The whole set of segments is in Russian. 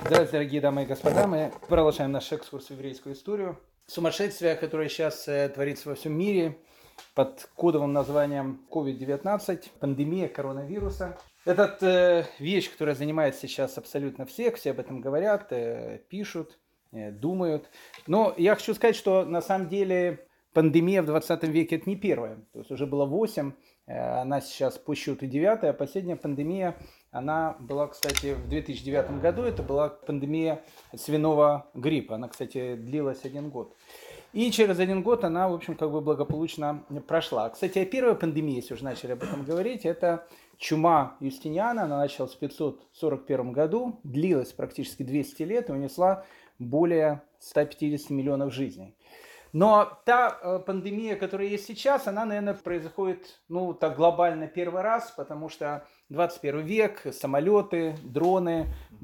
Здравствуйте, дорогие дамы и господа. Мы продолжаем наш экскурс в еврейскую историю. Сумасшествие, которое сейчас творится во всем мире под кодовым названием COVID-19, пандемия коронавируса. Это вещь, которая занимает сейчас абсолютно всех, все об этом говорят, пишут, думают. Но я хочу сказать, что на самом деле пандемия в 20 веке это не первая. То есть уже было 8, она сейчас по счету 9, а последняя пандемия, она была, кстати, в 2009 году, это была пандемия свиного гриппа. Она, кстати, длилась 1 год. И через 1 год она, в общем, как бы благополучно прошла. Кстати, первая пандемия, если уже начали об этом говорить, это чума Юстиниана. Она началась в 541 году, длилась практически 200 лет и унесла более 150 миллионов жизней. Но та пандемия, которая есть сейчас, она, наверное, происходит, так глобально первый раз, потому что 21 век, самолеты, дроны,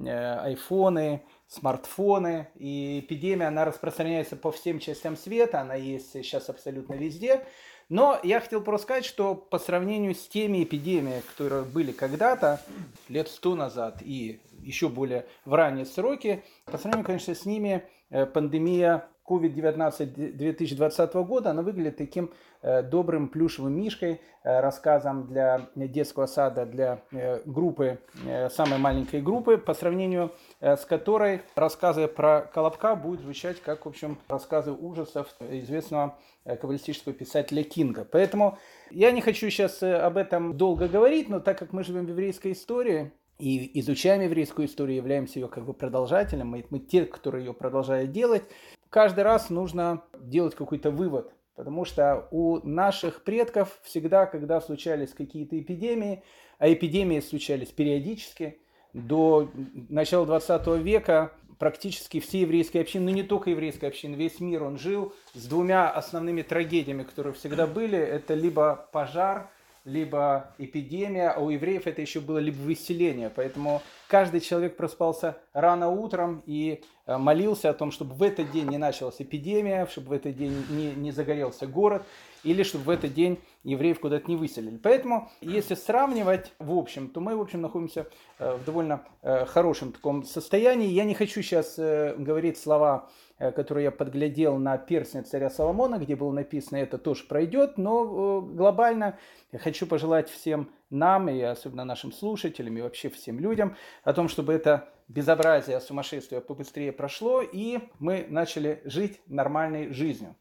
айфоны, смартфоны, и эпидемия, она распространяется по всем частям света, она есть сейчас абсолютно везде. Но я хотел просто сказать, что по сравнению с теми эпидемиями, которые были когда-то, лет 100 назад и еще более в ранние сроки, по сравнению, конечно, с ними пандемия COVID-19 2020 года, она выглядит таким добрым плюшевым мишкой, рассказом для детского сада, для группы, самой маленькой группы, по сравнению с которой рассказы про Колобка будут звучать как, в общем, рассказы ужасов известного каббалистического писателя Кинга. Поэтому я не хочу сейчас об этом долго говорить, но так как мы живем в еврейской истории, и изучаем еврейскую историю, являемся ее как бы продолжателем, мы те, которые ее продолжают делать, каждый раз нужно делать какой-то вывод, потому что у наших предков всегда, когда случались какие-то эпидемии, а эпидемии случались периодически, до начала 20 века практически все еврейские общины, не только еврейская община, весь мир, он жил с 2 основными трагедиями, которые всегда были. Это либо пожар, либо эпидемия, а у евреев это еще было либо выселение. Поэтому каждый человек просыпался рано утром и молился о том, чтобы в этот день не началась эпидемия, чтобы в этот день не загорелся город, или чтобы в этот день евреев куда-то не выселили. Поэтому, если сравнивать в общем, то мы, в общем, находимся в довольно хорошем таком состоянии. Я не хочу сейчас говорить слова, которые я подглядел на перстне царя Соломона, где было написано «это тоже пройдет», но глобально я хочу пожелать всем нам, и особенно нашим слушателям, и вообще всем людям, о том, чтобы это безобразие, сумасшествие побыстрее прошло, и мы начали жить нормальной жизнью.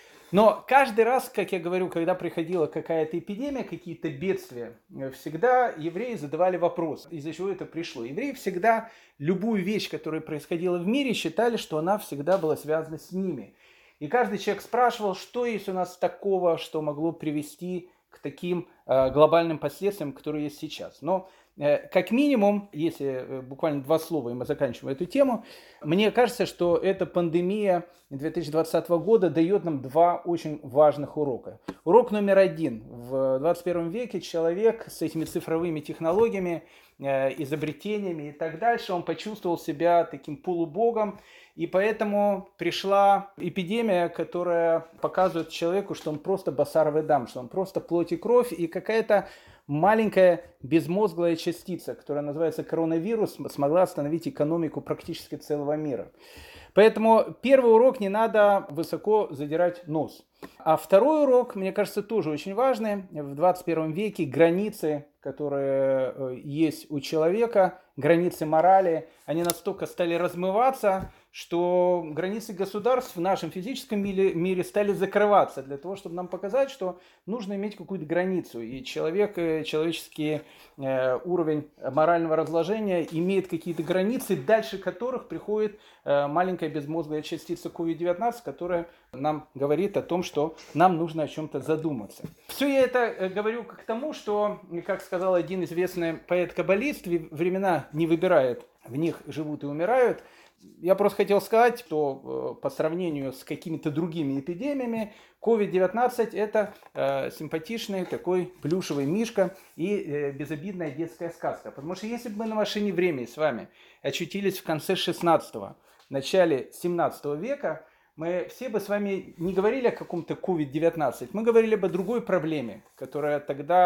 Но каждый раз, как я говорю, когда приходила какая-то эпидемия, какие-то бедствия, всегда евреи задавали вопрос, из-за чего это пришло. Евреи всегда любую вещь, которая происходила в мире, считали, что она всегда была связана с ними. И каждый человек спрашивал, что есть у нас такого, что могло привести к таким глобальным последствиям, которые есть сейчас. Но как минимум, если буквально 2 слова, и мы заканчиваем эту тему, мне кажется, что эта пандемия 2020 года дает нам 2 очень важных урока. Урок номер 1. В 21 веке человек с этими цифровыми технологиями, изобретениями и так дальше, он почувствовал себя таким полубогом, и поэтому пришла эпидемия, которая показывает человеку, что он просто басар ведам, что он просто плоть и кровь, и какая-то маленькая безмозглая частица, которая называется коронавирус, смогла остановить экономику практически целого мира. Поэтому первый урок: не надо высоко задирать нос. А второй урок, мне кажется, тоже очень важный. В 21 веке границы, которые есть у человека, границы морали, они настолько стали размываться, что границы государств в нашем физическом мире стали закрываться для того, чтобы нам показать, что нужно иметь какую-то границу. И человеческий уровень морального разложения имеет какие-то границы, дальше которых приходит маленькая безмозглая частица COVID-19, которая нам говорит о том, что нам нужно о чем-то задуматься. Все я это говорю к тому, что, как сказал один известный поэт-каббалист, времена не выбирают, в них живут и умирают. Я просто хотел сказать, что по сравнению с какими-то другими эпидемиями, COVID-19 это симпатичный такой плюшевый мишка и безобидная детская сказка. Потому что если бы мы на машине времени с вами очутились в конце 16-го, начале 17 века, мы все бы с вами не говорили о каком-то COVID-19, мы говорили бы о другой проблеме, которая тогда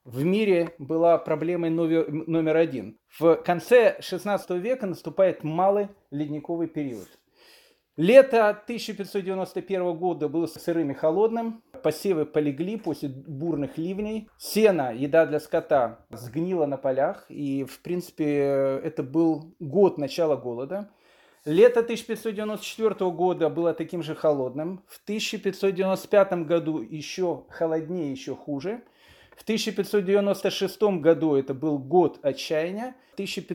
в мире была проблемой номер один. В конце XVI века наступает малый ледниковый период. Лето 1591 года было сырым и холодным, посевы полегли после бурных ливней, сено, еда для скота, сгнила на полях, и, в принципе, это был год начала голода. Лето 1594 года было таким же холодным, в 1595 году еще холоднее, еще хуже. В 1596 году это был год отчаяния, в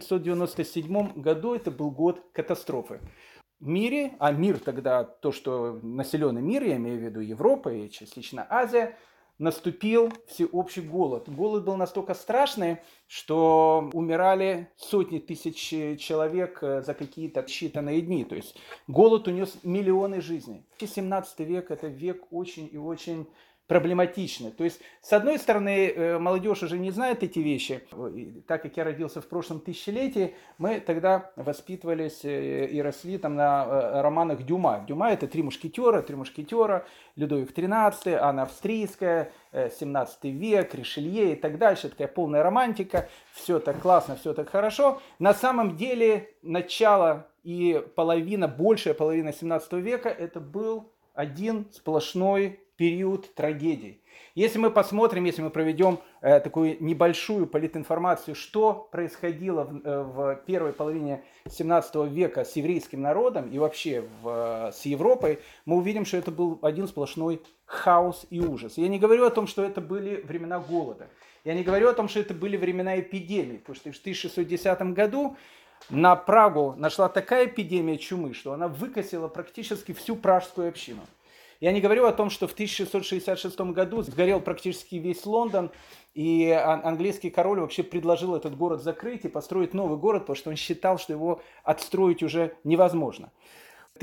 1597 году это был год катастрофы. В мире, а мир тогда, то, что населенный мир, я имею в виду Европа и частично Азия, наступил всеобщий голод. Голод был настолько страшный, что умирали сотни тысяч человек за какие-то считанные дни. То есть голод унес миллионы жизней. 17 век – это век очень и очень проблематичны. То есть, с одной стороны, молодежь уже не знает эти вещи. Так как я родился в прошлом тысячелетии, мы тогда воспитывались и росли там на романах Дюма. Дюма – это «Три мушкетера», Людовик XIII, Анна Австрийская, 17 век, Ришелье и так дальше. Такая полная романтика. Все так классно, все так хорошо. На самом деле, начало и большая половина 17 века – это был один сплошной период трагедий. Если мы посмотрим, если мы проведем такую небольшую политинформацию, что происходило в первой половине 17 века с еврейским народом и вообще с Европой, мы увидим, что это был один сплошной хаос и ужас. Я не говорю о том, что это были времена голода. Я не говорю о том, что это были времена эпидемий, потому что в 1610 году на Прагу нашла такая эпидемия чумы, что она выкосила практически всю пражскую общину. Я не говорю о том, что в 1666 году сгорел практически весь Лондон, и английский король вообще предложил этот город закрыть и построить новый город, потому что он считал, что его отстроить уже невозможно. В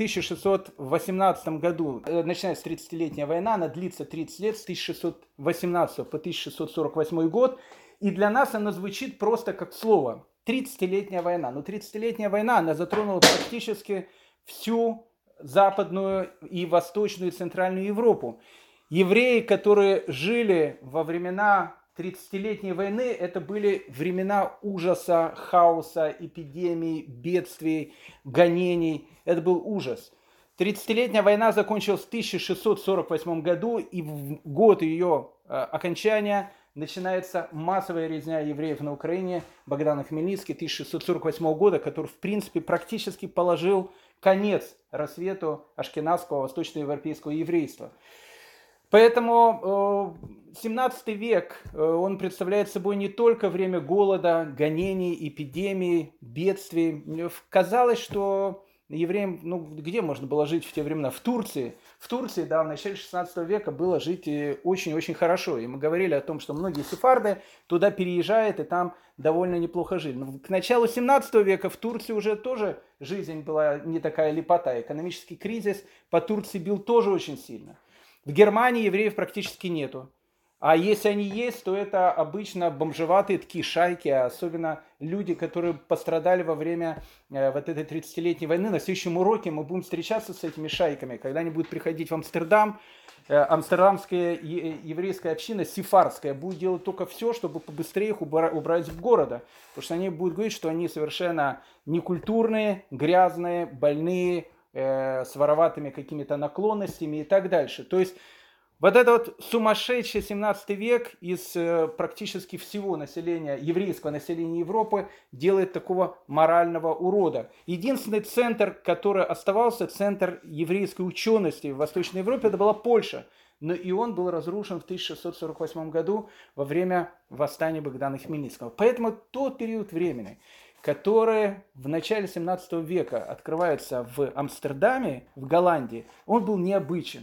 1618 году начинается 30-летняя война, она длится 30 лет, с 1618 по 1648 год, и для нас она звучит просто как слово. 30-летняя война. Но 30-летняя война, она затронула практически всю Западную и Восточную и Центральную Европу. Евреи, которые жили во времена 30-летней войны, это были времена ужаса, хаоса, эпидемий, бедствий, гонений. Это был ужас. 30-летняя война закончилась в 1648 году, и в год ее окончания начинается массовая резня евреев на Украине. Богдан Хмельницкий 1648 года, который в принципе практически положил конец рассвету ашкеназского восточноевропейского еврейства. Поэтому 17 век, он представляет собой не только время голода, гонений, эпидемий, бедствий. Казалось, что евреям, где можно было жить в те времена? В Турции. В Турции, да, в начале 16 века было жить очень-очень хорошо. И мы говорили о том, что многие сефарды туда переезжают и там довольно неплохо жили. Но к началу 17 века в Турции уже тоже жизнь была не такая лепота. Экономический кризис по Турции бил тоже очень сильно. В Германии евреев практически нету. А если они есть, то это обычно бомжеватые такие шайки, особенно люди, которые пострадали во время вот этой 30-летней войны. На следующем уроке мы будем встречаться с этими шайками, когда они будут приходить в Амстердам. Амстердамская еврейская община, сефардская, будет делать только все, чтобы побыстрее их убрать с города. Потому что они будут говорить, что они совершенно некультурные, грязные, больные, с вороватыми какими-то наклонностями и так дальше. То есть вот этот вот сумасшедший 17 век из практически всего населения, еврейского населения Европы делает такого морального урода. Единственный центр, который оставался, центр еврейской учености в Восточной Европе, это была Польша. Но и он был разрушен в 1648 году во время восстания Богдана Хмельницкого. Поэтому тот период времени, который в начале 17 века открывается в Амстердаме, в Голландии, он был необычен.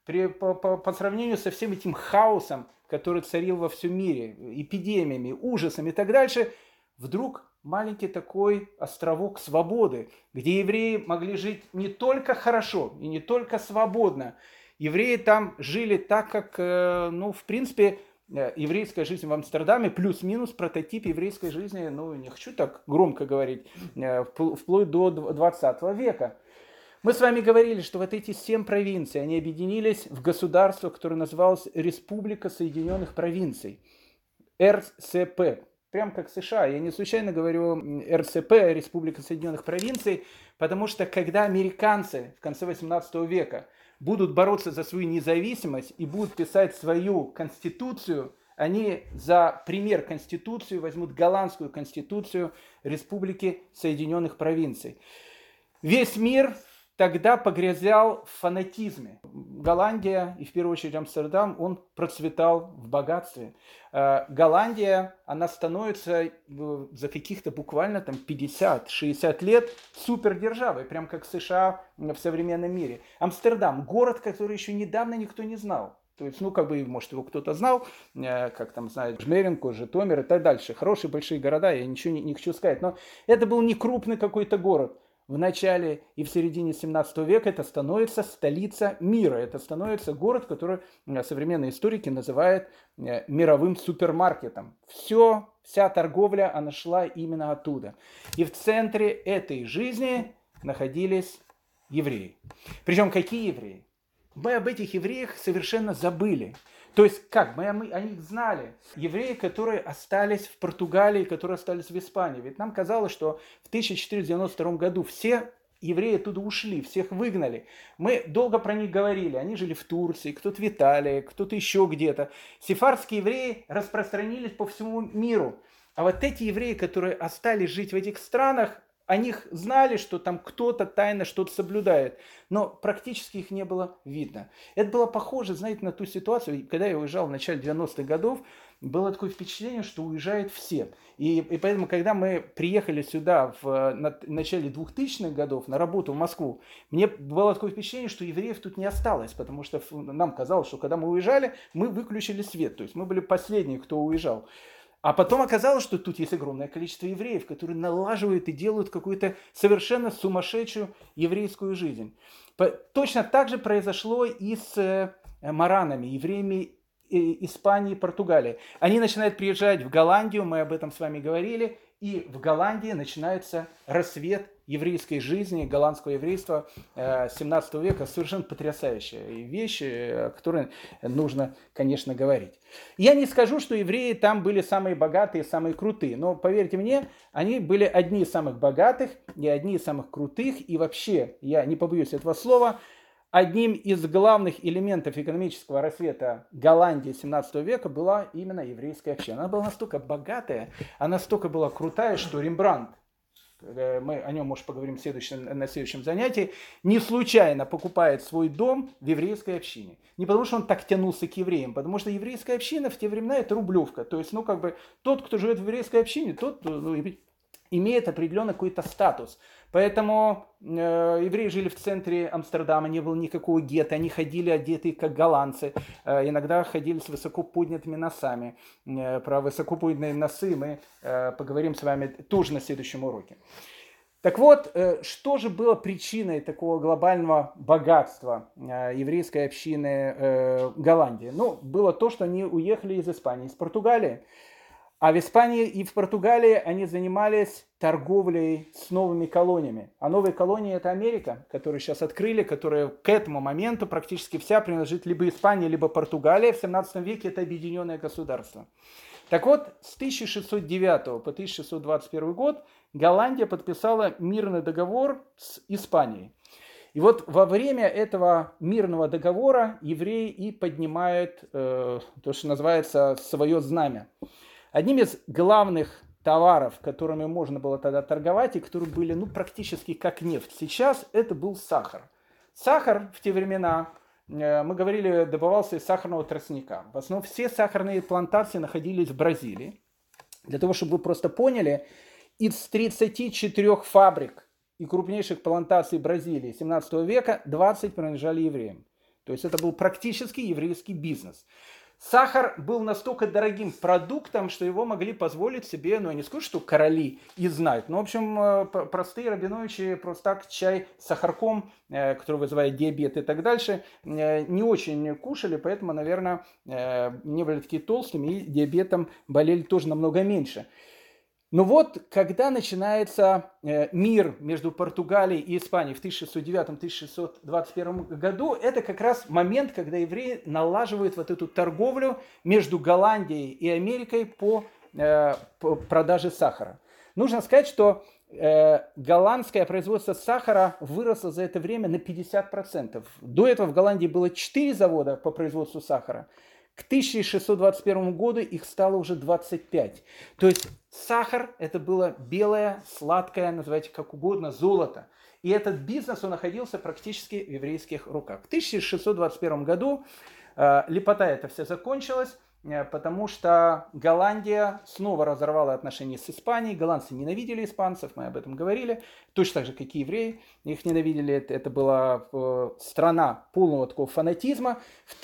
По сравнению со всем этим хаосом, который царил во всем мире, эпидемиями, ужасами и так дальше, вдруг маленький такой островок свободы, где евреи могли жить не только хорошо и не только свободно. Евреи там жили так, как, в принципе, еврейская жизнь в Амстердаме плюс-минус прототип еврейской жизни, не хочу так громко говорить, вплоть до 20 века. Мы с вами говорили, что вот эти 7 провинций, они объединились в государство, которое называлось Республика Соединенных Провинций. РСП. Прям как США. Я не случайно говорю РСП, Республика Соединенных Провинций, потому что когда американцы в конце 18 века будут бороться за свою независимость и будут писать свою конституцию, они за пример конституцию возьмут голландскую конституцию Республики Соединенных Провинций. Весь мир тогда погрязял в фанатизме. Голландия, и в первую очередь Амстердам, он процветал в богатстве. Голландия, она становится за каких-то буквально там 50-60 лет супердержавой, прям как США в современном мире. Амстердам, город, который еще недавно никто не знал. То есть, может, его кто-то знал, как там знает Жмеринку, Житомир и так дальше. Хорошие большие города, я ничего не хочу сказать. Но это был не крупный какой-то город. В начале и в середине 17 века это становится столица мира. Это становится город, который современные историки называют мировым супермаркетом. Вся торговля, она шла именно оттуда. И в центре этой жизни находились евреи. Причем какие евреи? Мы об этих евреях совершенно забыли. То есть как? Мы о них знали. Евреи, которые остались в Португалии, которые остались в Испании. Ведь нам казалось, что в 1492 году все евреи оттуда ушли, всех выгнали. Мы долго про них говорили. Они жили в Турции, кто-то в Италии, кто-то еще где-то. Сефардские евреи распространились по всему миру. А вот эти евреи, которые остались жить в этих странах, о них знали, что там кто-то тайно что-то соблюдает, но практически их не было видно. Это было похоже, знаете, на ту ситуацию, когда я уезжал в начале 90-х годов, было такое впечатление, что уезжают все. И поэтому, когда мы приехали сюда в начале 2000-х годов на работу в Москву, мне было такое впечатление, что евреев тут не осталось, потому что нам казалось, что когда мы уезжали, мы выключили свет, то есть мы были последние, кто уезжал. А потом оказалось, что тут есть огромное количество евреев, которые налаживают и делают какую-то совершенно сумасшедшую еврейскую жизнь. Точно так же произошло и с маранами, евреями Испании и Португалии. Они начинают приезжать в Голландию, мы об этом с вами говорили, и в Голландии начинается рассвет еврейской жизни, голландского еврейства 17 века. Совершенно потрясающая вещь, о которой нужно, конечно, говорить. Я не скажу, что евреи там были самые богатые, самые крутые, но поверьте мне, они были одни из самых богатых и одни из самых крутых. И вообще, я не побоюсь этого слова, одним из главных элементов экономического рассвета Голландии 17 века была именно еврейская община. Она была настолько богатая, она настолько была крутая, что Рембрандт, мы о нем, может, поговорим на следующем занятии, не случайно покупает свой дом в еврейской общине. Не потому, что он так тянулся к евреям, потому что еврейская община в те времена это рублевка. То есть, тот, кто живет в еврейской общине, тот имеет определенный какой-то статус. Поэтому евреи жили в центре Амстердама, не было никакого гетто, они ходили одетые как голландцы, иногда ходили с высоко поднятыми носами. Про высоко поднятые носы мы поговорим с вами тоже на следующем уроке. Так вот, что же было причиной такого глобального богатства еврейской общины Голландии? Было то, что они уехали из Испании, из Португалии. А в Испании и в Португалии они занимались торговлей с новыми колониями. А новые колонии – это Америка, которую сейчас открыли, которая к этому моменту практически вся принадлежит либо Испании, либо Португалии. В 17 веке это объединенное государство. Так вот, с 1609 по 1621 год Голландия подписала мирный договор с Испанией. И вот во время этого мирного договора евреи и поднимают то, что называется, свое знамя. Одним из главных товаров, которыми можно было тогда торговать, и которые были практически как нефть сейчас, это был сахар. Сахар в те времена, мы говорили, добывался из сахарного тростника. В основном все сахарные плантации находились в Бразилии. Для того, чтобы вы просто поняли, из 34 фабрик и крупнейших плантаций Бразилии 17 века 20 принадлежали евреям. То есть это был практически еврейский бизнес. Сахар был настолько дорогим продуктом, что его могли позволить себе, я не скажу, что короли и знать, но, в общем, простые рабиновичи просто так чай с сахарком, который вызывает диабет и так дальше, не очень кушали, поэтому, наверное, не были такие толстыми и диабетом болели тоже намного меньше. Но вот, когда начинается мир между Португалией и Испанией в 1609-1621 году, это как раз момент, когда евреи налаживают вот эту торговлю между Голландией и Америкой по продаже сахара. Нужно сказать, что голландское производство сахара выросло за это время на 50%. До этого в Голландии было 4 завода по производству сахара. К 1621 году их стало уже 25. То есть сахар это было белое, сладкое, называйте как угодно, золото. И этот бизнес, он находился практически в еврейских руках. В 1621 году лепота эта вся закончилась, потому что Голландия снова разорвала отношения с Испанией. Голландцы ненавидели испанцев, мы об этом говорили, точно так же, как и евреи. Их ненавидели, это была страна полного такого фанатизма. В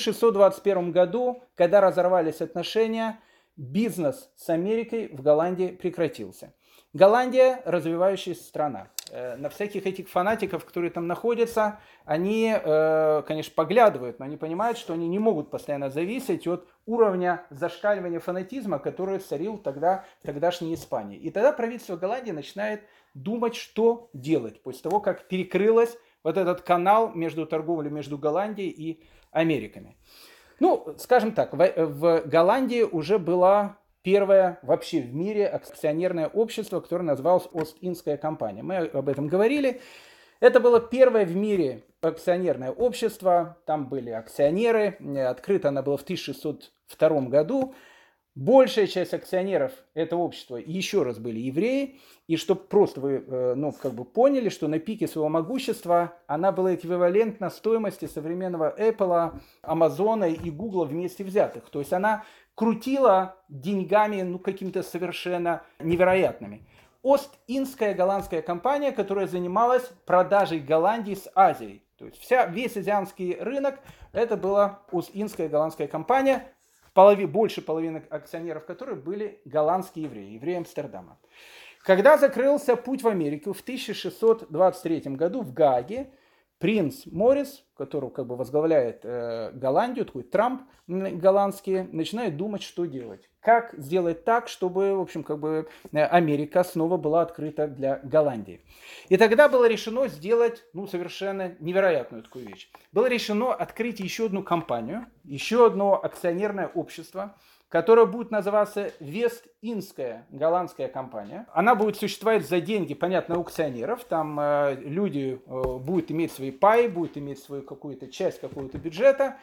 1621 году, когда разорвались отношения, бизнес с Америкой в Голландии прекратился. Голландия – развивающаяся страна. На всяких этих фанатиков, которые там находятся, они, конечно, поглядывают, но они понимают, что они не могут постоянно зависеть от уровня зашкаливания фанатизма, который царил тогда в тогдашней Испании. И тогда правительство Голландии начинает думать, что делать, после того, как перекрылась вот этот канал между торговлей между Голландией и Америками. Ну, скажем так, в Голландии уже была первое вообще в мире акционерное общество, которое называлось Ост-Индская компания. Мы об этом говорили. Это было первое в мире акционерное общество. Там были акционеры. Открыто оно было в 1602 году. Большая часть акционеров этого общества еще раз были евреи. И чтобы просто вы поняли, что на пике своего могущества она была эквивалентна стоимости современного Apple, Amazon и Google вместе взятых. То есть она крутила деньгами какими-то совершенно невероятными. Ост-Индская голландская компания, которая занималась продажей Голландии с Азией. То есть весь азиатский рынок это была Ост-Индская голландская компания, больше половины акционеров которых были голландские евреи, евреи Амстердама. Когда закрылся путь в Америку в 1623 году в Гааге, принц Морис, который возглавляет Голландию, такой Трамп голландский, начинает думать, что делать. Как сделать так, чтобы, Америка снова была открыта для Голландии. И тогда было решено сделать, совершенно невероятную такую вещь. Было решено открыть еще одну компанию, еще одно акционерное общество, которая будет называться Вест-Индская голландская компания. Она будет существовать за деньги, понятно, аукционеров. Там люди будут иметь свои паи, будут иметь свою какую-то часть какого-то бюджета.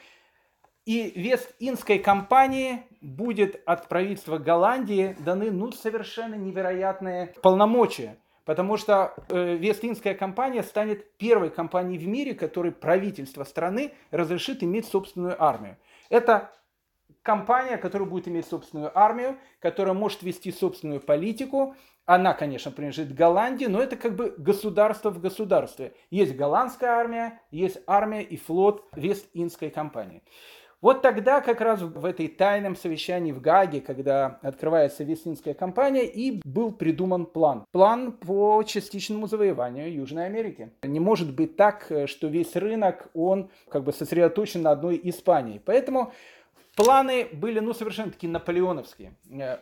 И Вест-Индской компании будет от правительства Голландии даны совершенно невероятные полномочия. Потому что Вест-Индская компания станет первой компанией в мире, которой правительство страны разрешит иметь собственную армию. Это компания, которая будет иметь собственную армию, которая может вести собственную политику. Она, конечно, принадлежит Голландии, но это государство в государстве. Есть голландская армия, есть армия и флот Вест-Индской компании. Вот тогда как раз в этой тайном совещании в Гааге, когда открывается Вест-Индская компания, и был придуман план. План по частичному завоеванию Южной Америки. Не может быть так, что весь рынок, он сосредоточен на одной Испании. Поэтому планы были, совершенно такие наполеоновские.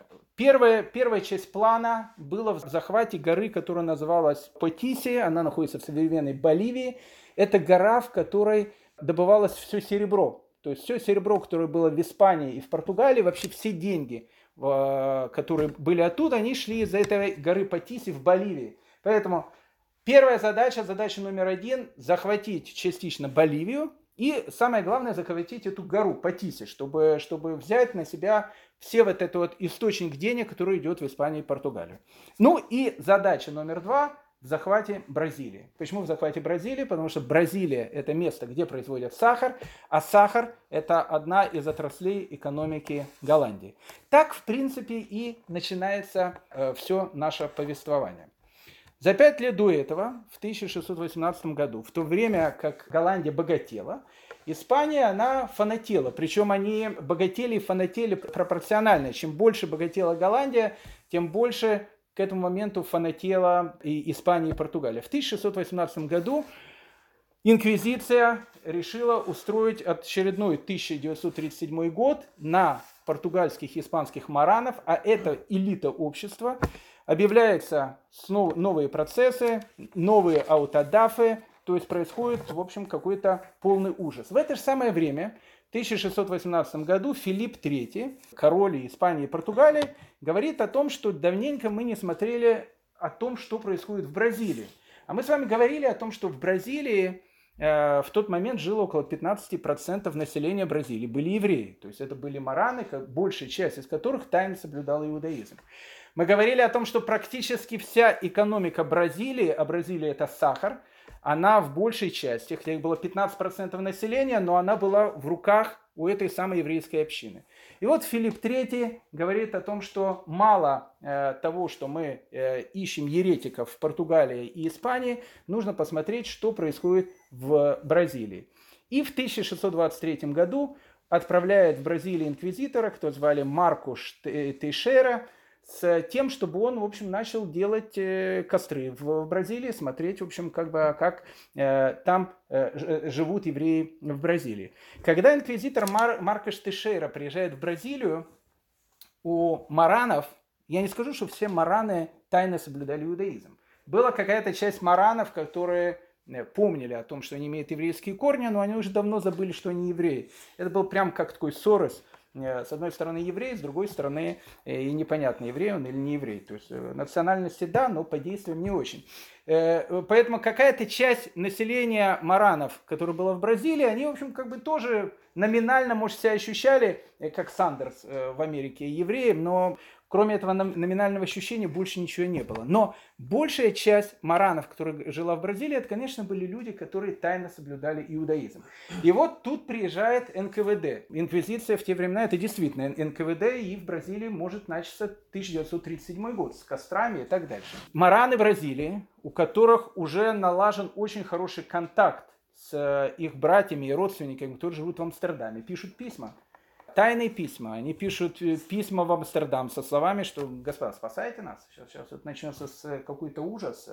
Первая часть плана была в захвате горы, которая называлась Потиси. Она находится в современной Боливии. Это гора, в которой добывалось все серебро. То есть все серебро, которое было в Испании и в Португалии, вообще все деньги, которые были оттуда, они шли из этой горы Потиси в Боливии. Поэтому первая задача номер 1, захватить частично Боливию. И самое главное, захватить эту гору Потиси, чтобы взять на себя все этот источник денег, который идет в Испанию и Португалию. И задача номер 2 в захвате Бразилии. Почему в захвате Бразилии? Потому что Бразилия – это место, где производят сахар, а сахар – это одна из отраслей экономики Голландии. Так, в принципе, и начинается все наше повествование. За 5 лет до этого, в 1618 году, в то время как Голландия богатела, Испания, она фанатела. Причем они богатели и фанатели пропорционально. Чем больше богатела Голландия, тем больше к этому моменту фанатела и Испания, и Португалия. В 1618 году инквизиция решила устроить очередной 1937 год на португальских и испанских маранов, а это элита общества, объявляются новые процессы, новые аутодафы, то есть происходит, в общем, какой-то полный ужас. В это же самое время, в 1618 году, Филипп III, король Испании и Португалии, говорит о том, что давненько мы не смотрели о том, что происходит в Бразилии. А мы с вами говорили о том, что в Бразилии в тот момент жило около 15% населения Бразилии, были евреи. То есть это были мараны, большая часть из которых тайно соблюдала иудаизм. Мы говорили о том, что практически вся экономика Бразилии, а Бразилия это сахар, она в большей части, хотя их было 15% населения, но она была в руках у этой самой еврейской общины. И вот Филипп III говорит о том, что мало того, что мы ищем еретиков в Португалии и Испании, нужно посмотреть, что происходит в Бразилии. И в 1623 году отправляет в Бразилию инквизитора, кто звали Маркус Тейшейра, с тем, чтобы он, в общем, начал делать костры в Бразилии, смотреть, в общем, как там живут евреи в Бразилии. Когда инквизитор Маркос Тейшейра приезжает в Бразилию, у маранов, я не скажу, что все мараны тайно соблюдали иудаизм. Была какая-то часть маранов, которые помнили о том, что они имеют еврейские корни, но они уже давно забыли, что они евреи. Это был прям как такой Сорос. С одной стороны еврей, с другой стороны и непонятно, еврей он или не еврей. То есть национальности да, но по действиям не очень. Поэтому какая-то часть населения маранов, которая была в Бразилии, они, в общем, как бы тоже номинально, может, себя ощущали, как Сандерс в Америке, евреем, но кроме этого номинального ощущения больше ничего не было. Но большая часть маранов, которая жила в Бразилии, это, конечно, были люди, которые тайно соблюдали иудаизм. И вот тут приезжает НКВД. Инквизиция в те времена, это действительно НКВД, и в Бразилии может начаться 1937 год с кострами и так дальше. Мараны Бразилии, у которых уже налажен очень хороший контакт с их братьями и родственниками, которые живут в Амстердаме, пишут письма. Тайные письма. Они пишут письма в Амстердам со словами, что, господа, спасайте нас. Сейчас вот начнется какой-то ужас.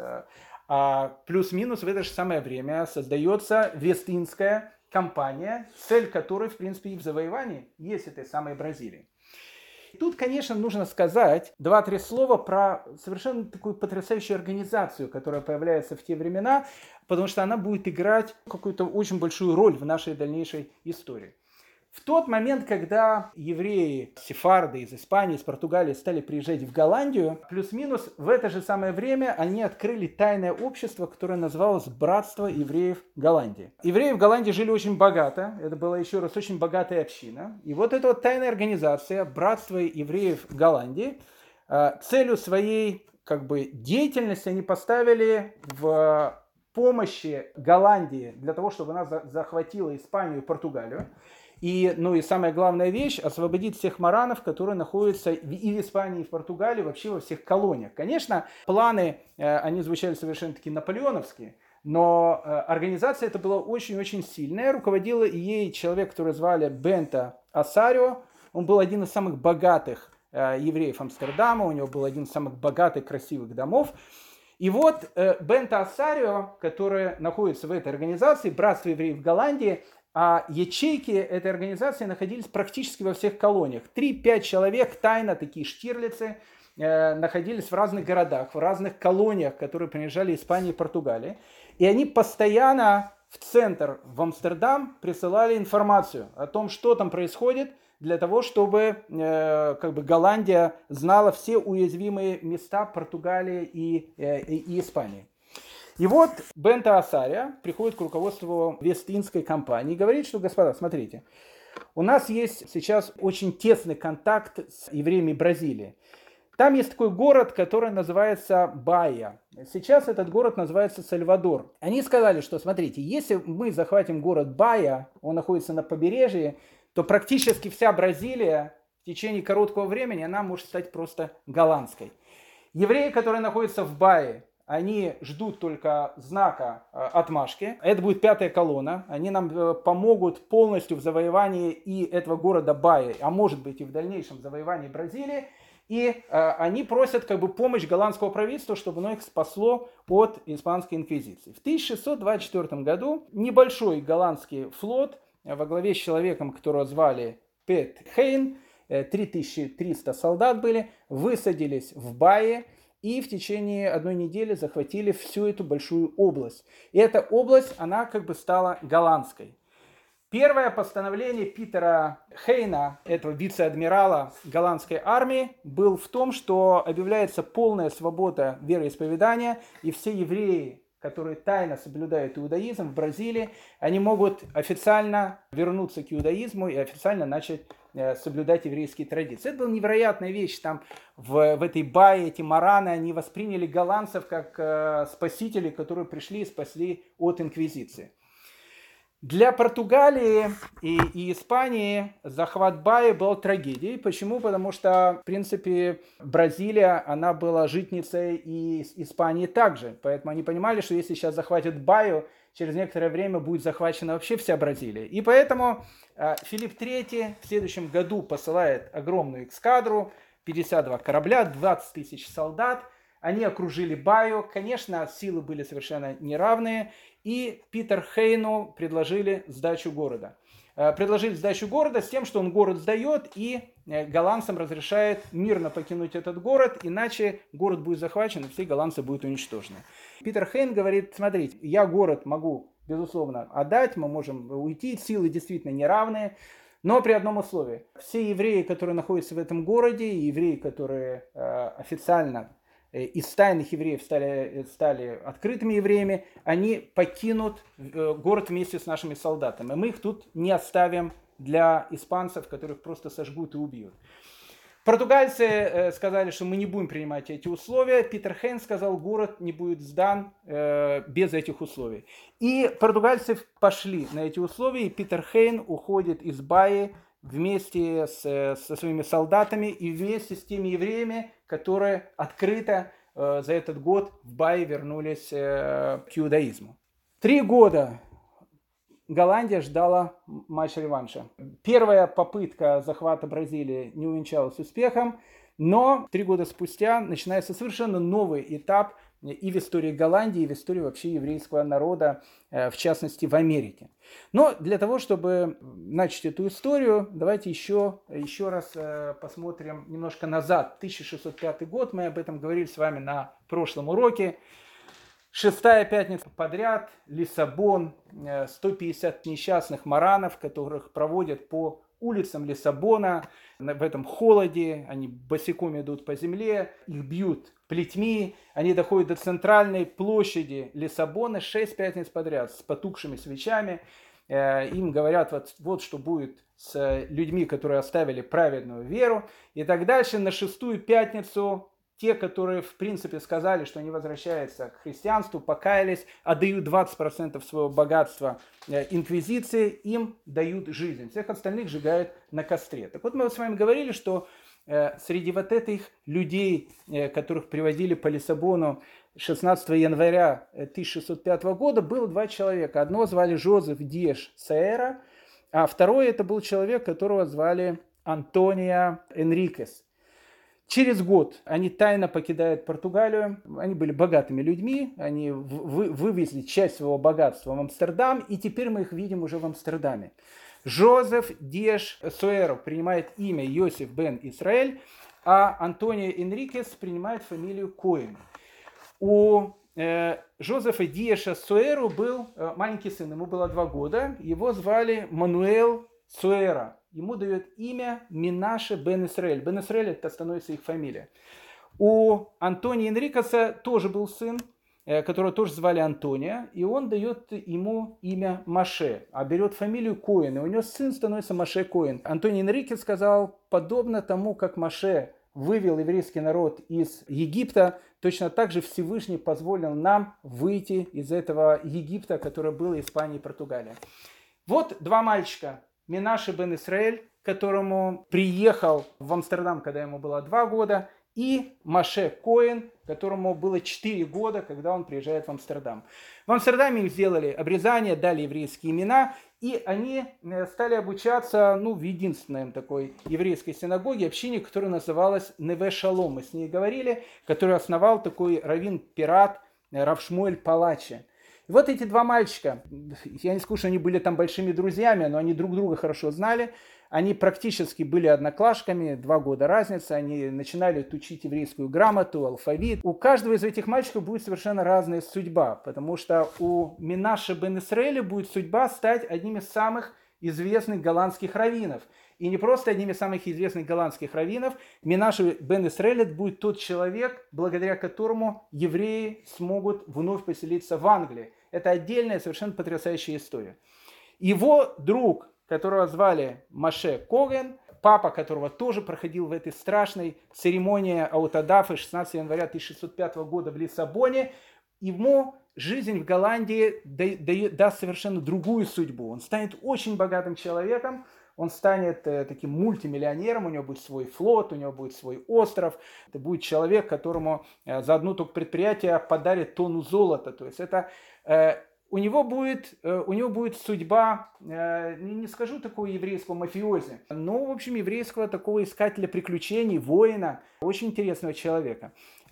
А плюс-минус в это же самое время создается Вест-Индская компания, цель которой, в принципе, и в завоевании есть этой самой Бразилии. Тут, конечно, нужно сказать 2-3 слова про совершенно такую потрясающую организацию, которая появляется в те времена, потому что она будет играть какую-то очень большую роль в нашей дальнейшей истории. В тот момент, когда евреи, сефарды из Испании, из Португалии стали приезжать в Голландию, плюс-минус в это же самое время они открыли тайное общество, которое называлось «Братство евреев Голландии». Евреи в Голландии жили очень богато, это была еще раз очень богатая община. И вот эта вот тайная организация «Братство евреев Голландии» целью своей деятельности они поставили в помощи Голландии для того, чтобы она захватила Испанию и Португалию. И самая главная вещь – освободить всех маранов, которые находятся и в Испании, и в Португалии, вообще во всех колониях. Конечно, планы, они звучали совершенно таки наполеоновские, но организация эта была очень-очень сильная. Руководил ей человек, которого звали Бенто Осарио. Он был один из самых богатых евреев Амстердама, у него был один из самых богатых, красивых домов. И вот Бенто Осарио, который находится в этой организации, Братство евреев Голландии, а ячейки этой организации находились практически во всех колониях. 3-5 человек, тайно, такие штирлицы, находились в разных городах, в разных колониях, которые принадлежали Испании и Португалии. И они постоянно в центр, в Амстердам, присылали информацию о том, что там происходит, для того, чтобы Голландия знала все уязвимые места Португалии и Испании. И вот Бенто Осарио приходит к руководству Вест-Индской компании и говорит, что, господа, смотрите, у нас есть сейчас очень тесный контакт с евреями Бразилии. Там есть такой город, который называется Баия. Сейчас этот город называется Сальвадор. Они сказали, что, смотрите, если мы захватим город Баия, он находится на побережье, то практически вся Бразилия в течение короткого времени она может стать просто голландской. Евреи, которые находятся в Баии, они ждут только знака отмашки. Это будет 5-я колонна. Они нам помогут полностью в завоевании и этого города Баи, а может быть и в дальнейшем завоевании Бразилии. И они просят помощь голландского правительства, чтобы оно их спасло от испанской инквизиции. В 1624 году небольшой голландский флот во главе с человеком, которого звали Пет Хейн, 3300 солдат были, высадились в Бае и в течение одной недели захватили всю эту большую область. И эта область, она как бы стала голландской. Первое постановление Питера Хейна, этого вице-адмирала голландской армии, был в том, что объявляется полная свобода вероисповедания, и все евреи, которые тайно соблюдают иудаизм в Бразилии, они могут официально вернуться к иудаизму и официально начать соблюдать еврейские традиции. Это была невероятная вещь. Там в этой Бае эти мараны, они восприняли голландцев как спасителей, которые пришли и спасли от инквизиции. Для Португалии и Испании захват Баи был трагедией. Почему? Потому что, в принципе, Бразилия, она была житницей и Испании также. Поэтому они понимали, что если сейчас захватят Баю, через некоторое время будет захвачена вообще вся Бразилия. И поэтому Филипп III в следующем году посылает огромную эскадру, 52 корабля, 20 тысяч солдат. Они окружили Баю. Конечно, силы были совершенно неравные. И Питер Хейну предложили сдачу города. Предложили сдачу города с тем, что он город сдает и голландцам разрешает мирно покинуть этот город, иначе город будет захвачен и все голландцы будут уничтожены. Питер Хейн говорит, смотрите, я город могу, безусловно, отдать, мы можем уйти, силы действительно неравные, но при одном условии. Все евреи, которые находятся в этом городе, и евреи, которые официально из тайных евреев стали открытыми евреями, они покинут город вместе с нашими солдатами. Мы их тут не оставим для испанцев, которых просто сожгут и убьют. Португальцы сказали, что мы не будем принимать эти условия. Питер Хейн сказал, город не будет сдан без этих условий. И португальцы пошли на эти условия, и Питер Хейн уходит из Баи вместе со своими солдатами и вместе с теми евреями, которые открыто за этот год в Баи вернулись к иудаизму. 3 года Голландия ждала матч-реванша. Первая попытка захвата Бразилии не увенчалась успехом, но 3 года спустя начинается совершенно новый этап и в истории Голландии, и в истории вообще еврейского народа, в частности в Америке. Но для того, чтобы начать эту историю, давайте еще раз посмотрим немножко назад. 1605 год, мы об этом говорили с вами на прошлом уроке. 6-я пятница подряд, Лиссабон, 150 несчастных маранов, которых проводят по улицам Лиссабона в этом холоде, они босиком идут по земле, их бьют плетьми, они доходят до центральной площади Лиссабона 6 пятниц подряд с потухшими свечами. Им говорят, вот что будет с людьми, которые оставили праведную веру. И так дальше. На 6-ю пятницу те, которые в принципе сказали, что они возвращаются к христианству, покаялись, отдают 20% своего богатства инквизиции, им дают жизнь. Всех остальных сжигают на костре. Так вот, мы с вами говорили, что среди вот этих людей, которых приводили по Лиссабону 16 января 1605 года, было 2 человека. Одного звали Жозеф Диэш Соэра, а второй это был человек, которого звали Антонио Энрикес. Через год они тайно покидают Португалию. Они были богатыми людьми, они вывезли часть своего богатства в Амстердам, и теперь мы их видим уже в Амстердаме. Жозеф Диэш Соэра принимает имя Йосиф бен Исраэль, а Антонио Энрикес принимает фамилию Коэн. У Жозефа Диэша Соэру был маленький сын, ему было 2 года, его звали Мануэл Соэра. Ему дает имя Менаше бен Исраэль. Бен Исраэль это становится их фамилия. У Антонио Энрикеса тоже был сын, которого тоже звали Антонио, и он дает ему имя Маше, а берет фамилию Коэн, и у него сын становится Маше Коэн. Антонио Энрикес сказал, подобно тому, как Маше вывел еврейский народ из Египта, точно так же Всевышний позволил нам выйти из этого Египта, который был Испания и Португалия. Вот 2 мальчика. Менаше бен Исраэль, которому приехал в Амстердам, когда ему было 2 года, и Маше Коэн, которому было 4 года, когда он приезжает в Амстердам. В Амстердаме их сделали обрезание, дали еврейские имена, и они стали обучаться в единственной такой еврейской синагоге, общине, которая называлась Неве Шалом. Мы с ней говорили, которую основал такой раввин-пират Рав Шмуэль Палачи. И вот эти два мальчика, я не скажу, что они были там большими друзьями, но они друг друга хорошо знали. Они практически были одноклашками, 2 года разница, они начинали учить еврейскую грамоту, алфавит. У каждого из этих мальчиков будет совершенно разная судьба, потому что у Менаше бен Исраэля будет судьба стать одним из самых известных голландских раввинов. И не просто одним из самых известных голландских раввинов, Менаше бен Исраэль будет тот человек, благодаря которому евреи смогут вновь поселиться в Англии. Это отдельная, совершенно потрясающая история. Его друг, которого звали Моше Коген, папа которого тоже проходил в этой страшной церемонии Аутадафы 16 января 1605 года в Лиссабоне, ему жизнь в Голландии даст совершенно другую судьбу. Он станет очень богатым человеком, он станет таким мультимиллионером, у него будет свой флот, у него будет свой остров. Это будет человек, которому за одно только предприятие подарит тонну золота. То есть это... У него будет судьба, не скажу такого еврейского мафиози, но, в общем, еврейского такого искателя приключений, воина, очень интересного человека,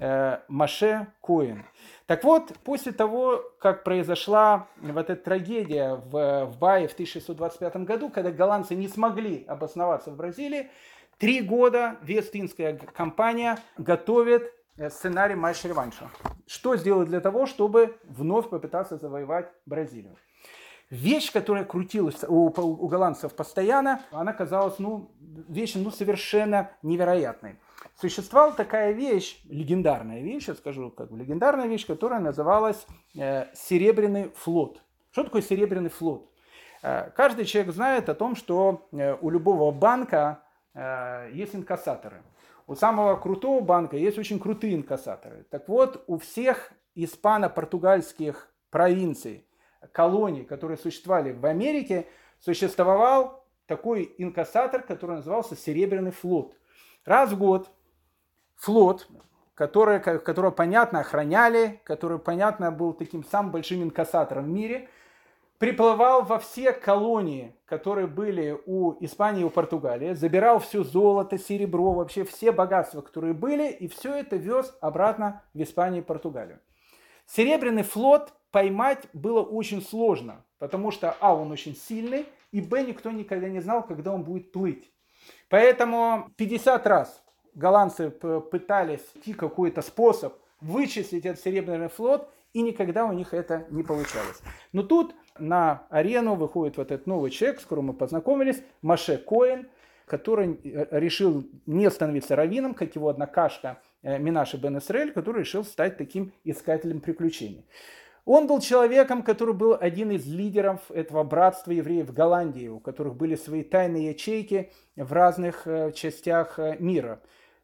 Моше Коэн. Так вот, после того, как произошла вот эта трагедия в Бае в 1625 году, когда голландцы не смогли обосноваться в Бразилии, 3 года Вест-Индская компания готовит сценарий матч-реванша. Что сделать для того, чтобы вновь попытаться завоевать Бразилию? Вещь, которая крутилась у голландцев постоянно, она казалась вещью совершенно невероятной. Существовала такая вещь, легендарная вещь, я скажу, легендарная вещь, которая называлась Серебряный флот. Что такое Серебряный флот? Каждый человек знает о том, что у любого банка есть инкассаторы. У самого крутого банка есть очень крутые инкассаторы. Так вот, у всех испано-португальских провинций, колоний, которые существовали в Америке, существовал такой инкассатор, который назывался Серебряный флот. Раз в год флот, которого, понятно, охраняли, который, понятно, был таким самым большим инкассатором в мире, приплывал во все колонии, которые были у Испании и у Португалии, забирал все золото, серебро, вообще все богатства, которые были, и все это вез обратно в Испанию и Португалию. Серебряный флот поймать было очень сложно, потому что, он очень сильный, и, никто никогда не знал, когда он будет плыть. Поэтому 50 раз голландцы пытались найти какой-то способ вычислить этот Серебряный флот, и никогда у них это не получалось. Но тут на арену выходит вот этот новый человек, с которым мы познакомились, Моше Коэн, который решил не становиться раввином, как его однокашка Менаше бен Исраэль, который решил стать таким искателем приключений. Он был человеком, который был один из лидеров этого братства евреев в Голландии, у которых были свои тайные ячейки в разных частях мира.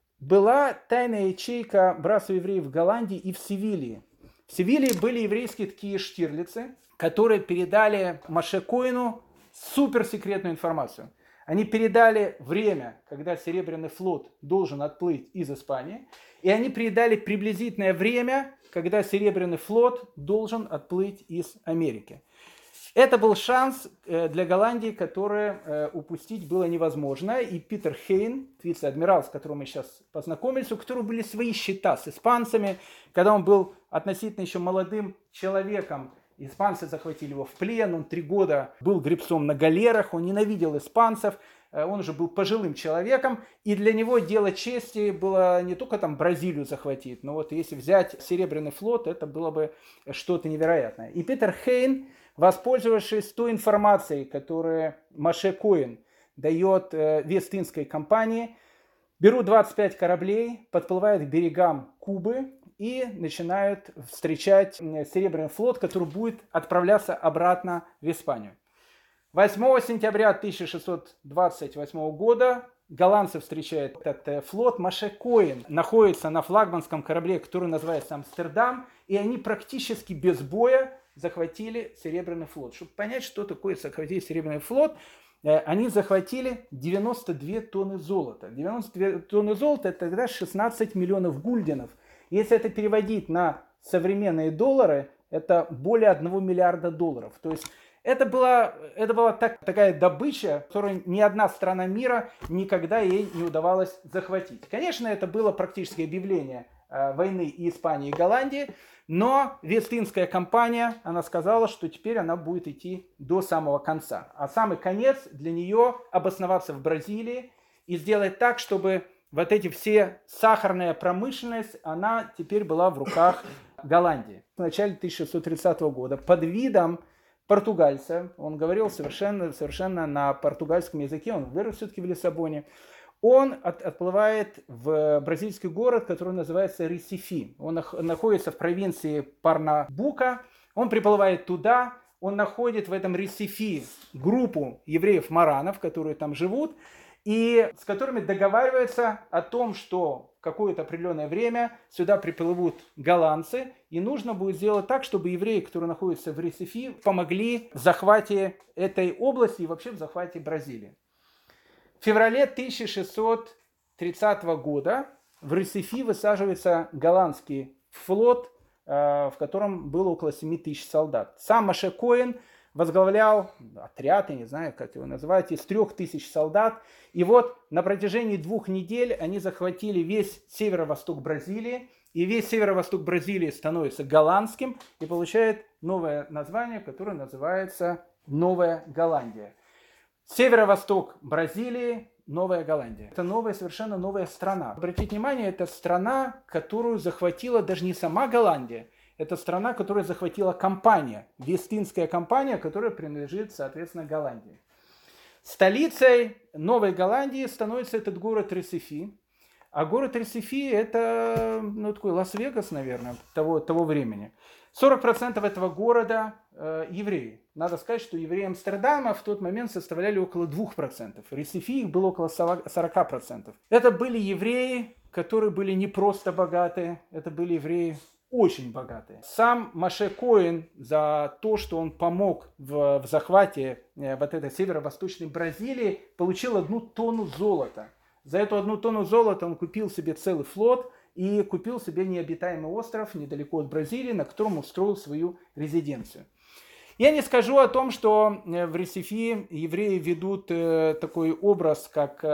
Была тайная ячейка братства евреев в Голландии и в Севилье. В Севилье были еврейские такие штирлицы, которые передали Моше Коэну суперсекретную информацию. Они передали время, когда Серебряный флот должен отплыть из Испании, и они передали приблизительное время, когда Серебряный флот должен отплыть из Америки. Это был шанс для Голландии, который упустить было невозможно. И Питер Хейн, вице-адмирал, с которым мы сейчас познакомились, у которого были свои счета с испанцами, когда он был относительно еще молодым человеком, испанцы захватили его в плен, он 3 года был гребцом на галерах, он ненавидел испанцев, он уже был пожилым человеком, и для него дело чести было не только там Бразилию захватить, но вот если взять Серебряный флот, это было бы что-то невероятное. И Питер Хейн, воспользовавшись той информацией, которую Моше Коэн дает Вест-Индской компании, берут 25 кораблей, подплывают к берегам Кубы и начинают встречать Серебряный флот, который будет отправляться обратно в Испанию. 8 сентября 1628 года голландцы встречают этот флот. Моше Коэн находится на флагманском корабле, который называется Амстердам, и они практически без боя захватили Серебряный флот. Чтобы понять, что такое захватить Серебряный флот, они захватили 92 тонны золота. 92 тонны золота – это тогда 16 миллионов гульденов. Если это переводить на современные доллары, это более 1 миллиарда долларов. То есть это была такая добыча, которую ни одна страна мира никогда ей не удавалось захватить. Конечно, это было практически объявление войны и Испании, и Голландии. Но Вест-Индская компания, она сказала, что теперь она будет идти до самого конца. А самый конец для нее обосноваться в Бразилии и сделать так, чтобы вот эти все сахарная промышленность, она теперь была в руках Голландии. В начале 1630 года под видом португальца, он говорил совершенно на португальском языке, он вырос все-таки в Лиссабоне, он отплывает в бразильский город, который называется Ресифи. Он находится в провинции Парнабука. Он приплывает туда, он находит в этом Ресифи группу евреев-маранов, которые там живут, и с которыми договаривается о том, что в какое-то определенное время сюда приплывут голландцы, и нужно будет сделать так, чтобы евреи, которые находятся в Ресифи, помогли в захвате этой области и вообще в захвате Бразилии. В феврале 1630 года в Ресифи высаживается голландский флот, в котором было около 7 тысяч солдат. Сам Моше Коэн возглавлял отряд, я не знаю, как его называть, из 3000 солдат. И вот на протяжении 2 недель они захватили весь северо-восток Бразилии. И весь северо-восток Бразилии становится голландским и получает новое название, которое называется Новая Голландия. Северо-восток Бразилии, Новая Голландия. Это совершенно новая страна. Обратите внимание, это страна, которую захватила даже не сама Голландия. Это страна, которую захватила компания, Вест-Индская компания, которая принадлежит, соответственно, Голландии. Столицей Новой Голландии становится этот город Ресифи. А город Ресифи это такой Лас-Вегас, наверное, того времени. 40% этого города евреи. Надо сказать, что евреи Амстердама в тот момент составляли около 2%. В Ресифи их было около 40%. Это были евреи, которые были не просто богатые, это были евреи очень богатые. Сам Моше Коэн за то, что он помог в захвате вот этой северо-восточной Бразилии, получил 1 тонну золота. За эту 1 тонну золота он купил себе целый флот и купил себе необитаемый остров недалеко от Бразилии, на котором устроил свою резиденцию. Я не скажу о том, что в Ресифи евреи ведут такой образ, как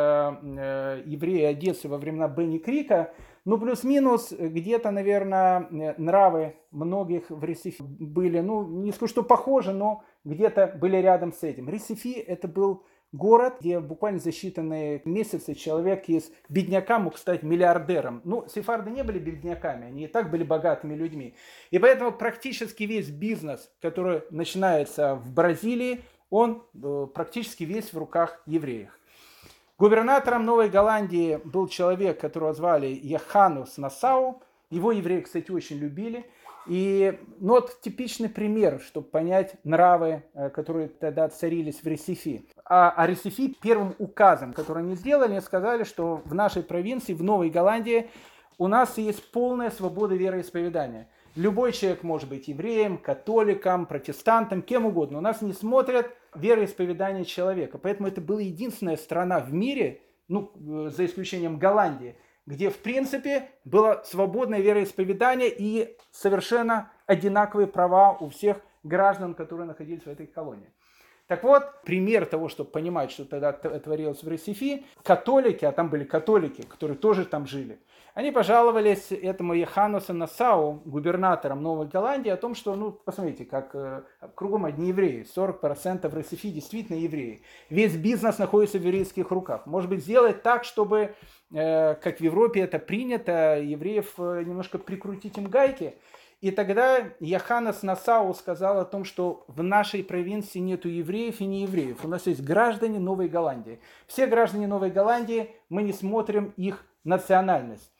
евреи Одессы во времена Бенни Крика, но плюс-минус где-то, наверное, нравы многих в Ресифи были, не скажу, что похожи, но где-то были рядом с этим. Ресифи это был город, где буквально за считанные месяцы человек из бедняка мог стать миллиардером. Сефарды не были бедняками, они и так были богатыми людьми. И поэтому практически весь бизнес, который начинается в Бразилии, он практически весь в руках евреев. Губернатором Новой Голландии был человек, которого звали Йоханнес Насау. Его евреи, кстати, очень любили. И вот типичный пример, чтобы понять нравы, которые тогда царились в Ресифи. А Ресифи первым указом, который они сделали, они сказали, что в нашей провинции, в Новой Голландии, у нас есть полная свобода вероисповедания. Любой человек может быть евреем, католиком, протестантом, кем угодно. У нас не смотрят вероисповедание человека. Поэтому это была единственная страна в мире, за исключением Голландии, где, в принципе, было свободное вероисповедание и совершенно одинаковые права у всех граждан, которые находились в этой колонии. Так вот, пример того, чтобы понимать, что тогда творилось в Ресифи, католики, а там были католики, которые тоже там жили, они пожаловались этому Йоханнесу Насау, губернатором Новой Голландии, о том, что, посмотрите, как кругом одни евреи, 40% в Ресифи действительно евреи. Весь бизнес находится в еврейских руках. Может быть, сделать так, чтобы, как в Европе это принято, евреев немножко прикрутить им гайки. И тогда Йоханнес Насау сказал о том, что в нашей провинции нету евреев и неевреев. У нас есть граждане Новой Голландии. Все граждане Новой Голландии, мы не смотрим их национальность.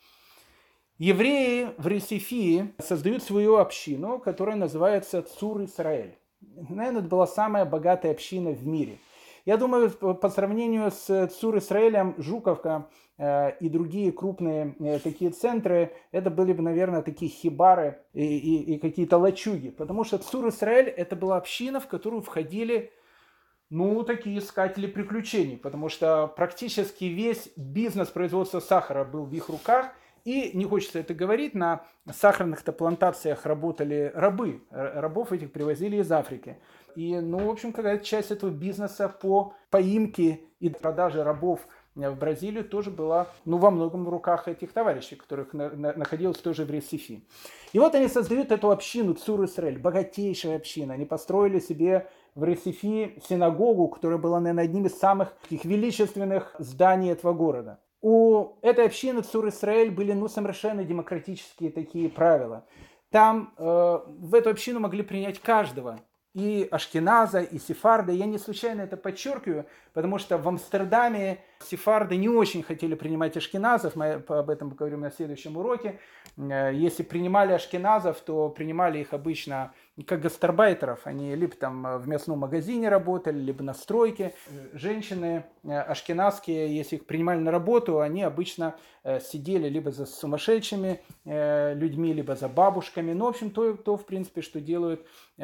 Евреи в Ресифи создают свою общину, которая называется Цур Исраэль. Наверное, это была самая богатая община в мире. Я думаю, по сравнению с Цур Исраэлем, Жуковка и другие крупные такие центры, это были бы, наверное, такие хибары и какие-то лачуги. Потому что Цур Исраэль это была община, в которую входили такие искатели приключений. Потому что практически весь бизнес производства сахара был в их руках. И, не хочется это говорить, на сахарных-то плантациях работали рабы. Рабов этих привозили из Африки. И, в общем, какая-то часть этого бизнеса по поимке и продаже рабов в Бразилию тоже была, во многом в руках этих товарищей, которых находилось тоже в Ресифи. И вот они создают эту общину Цур Исраэль, богатейшая община. Они построили себе в Ресифи синагогу, которая была, наверное, одним из самых таких величественных зданий этого города. У этой общины Цур Исраэль были совершенно демократические такие правила. Там в эту общину могли принять каждого. И ашкеназа, и сефарда. Я не случайно это подчеркиваю, потому что в Амстердаме сефарды не очень хотели принимать ашкеназов. Мы об этом поговорим на следующем уроке. Если принимали ашкеназов, то принимали их обычно как гастарбайтеров. Они либо там в мясном магазине работали, либо на стройке. Женщины ашкеназские, если их принимали на работу, они обычно сидели либо за сумасшедшими людьми, либо за бабушками. В общем, то в принципе, что делают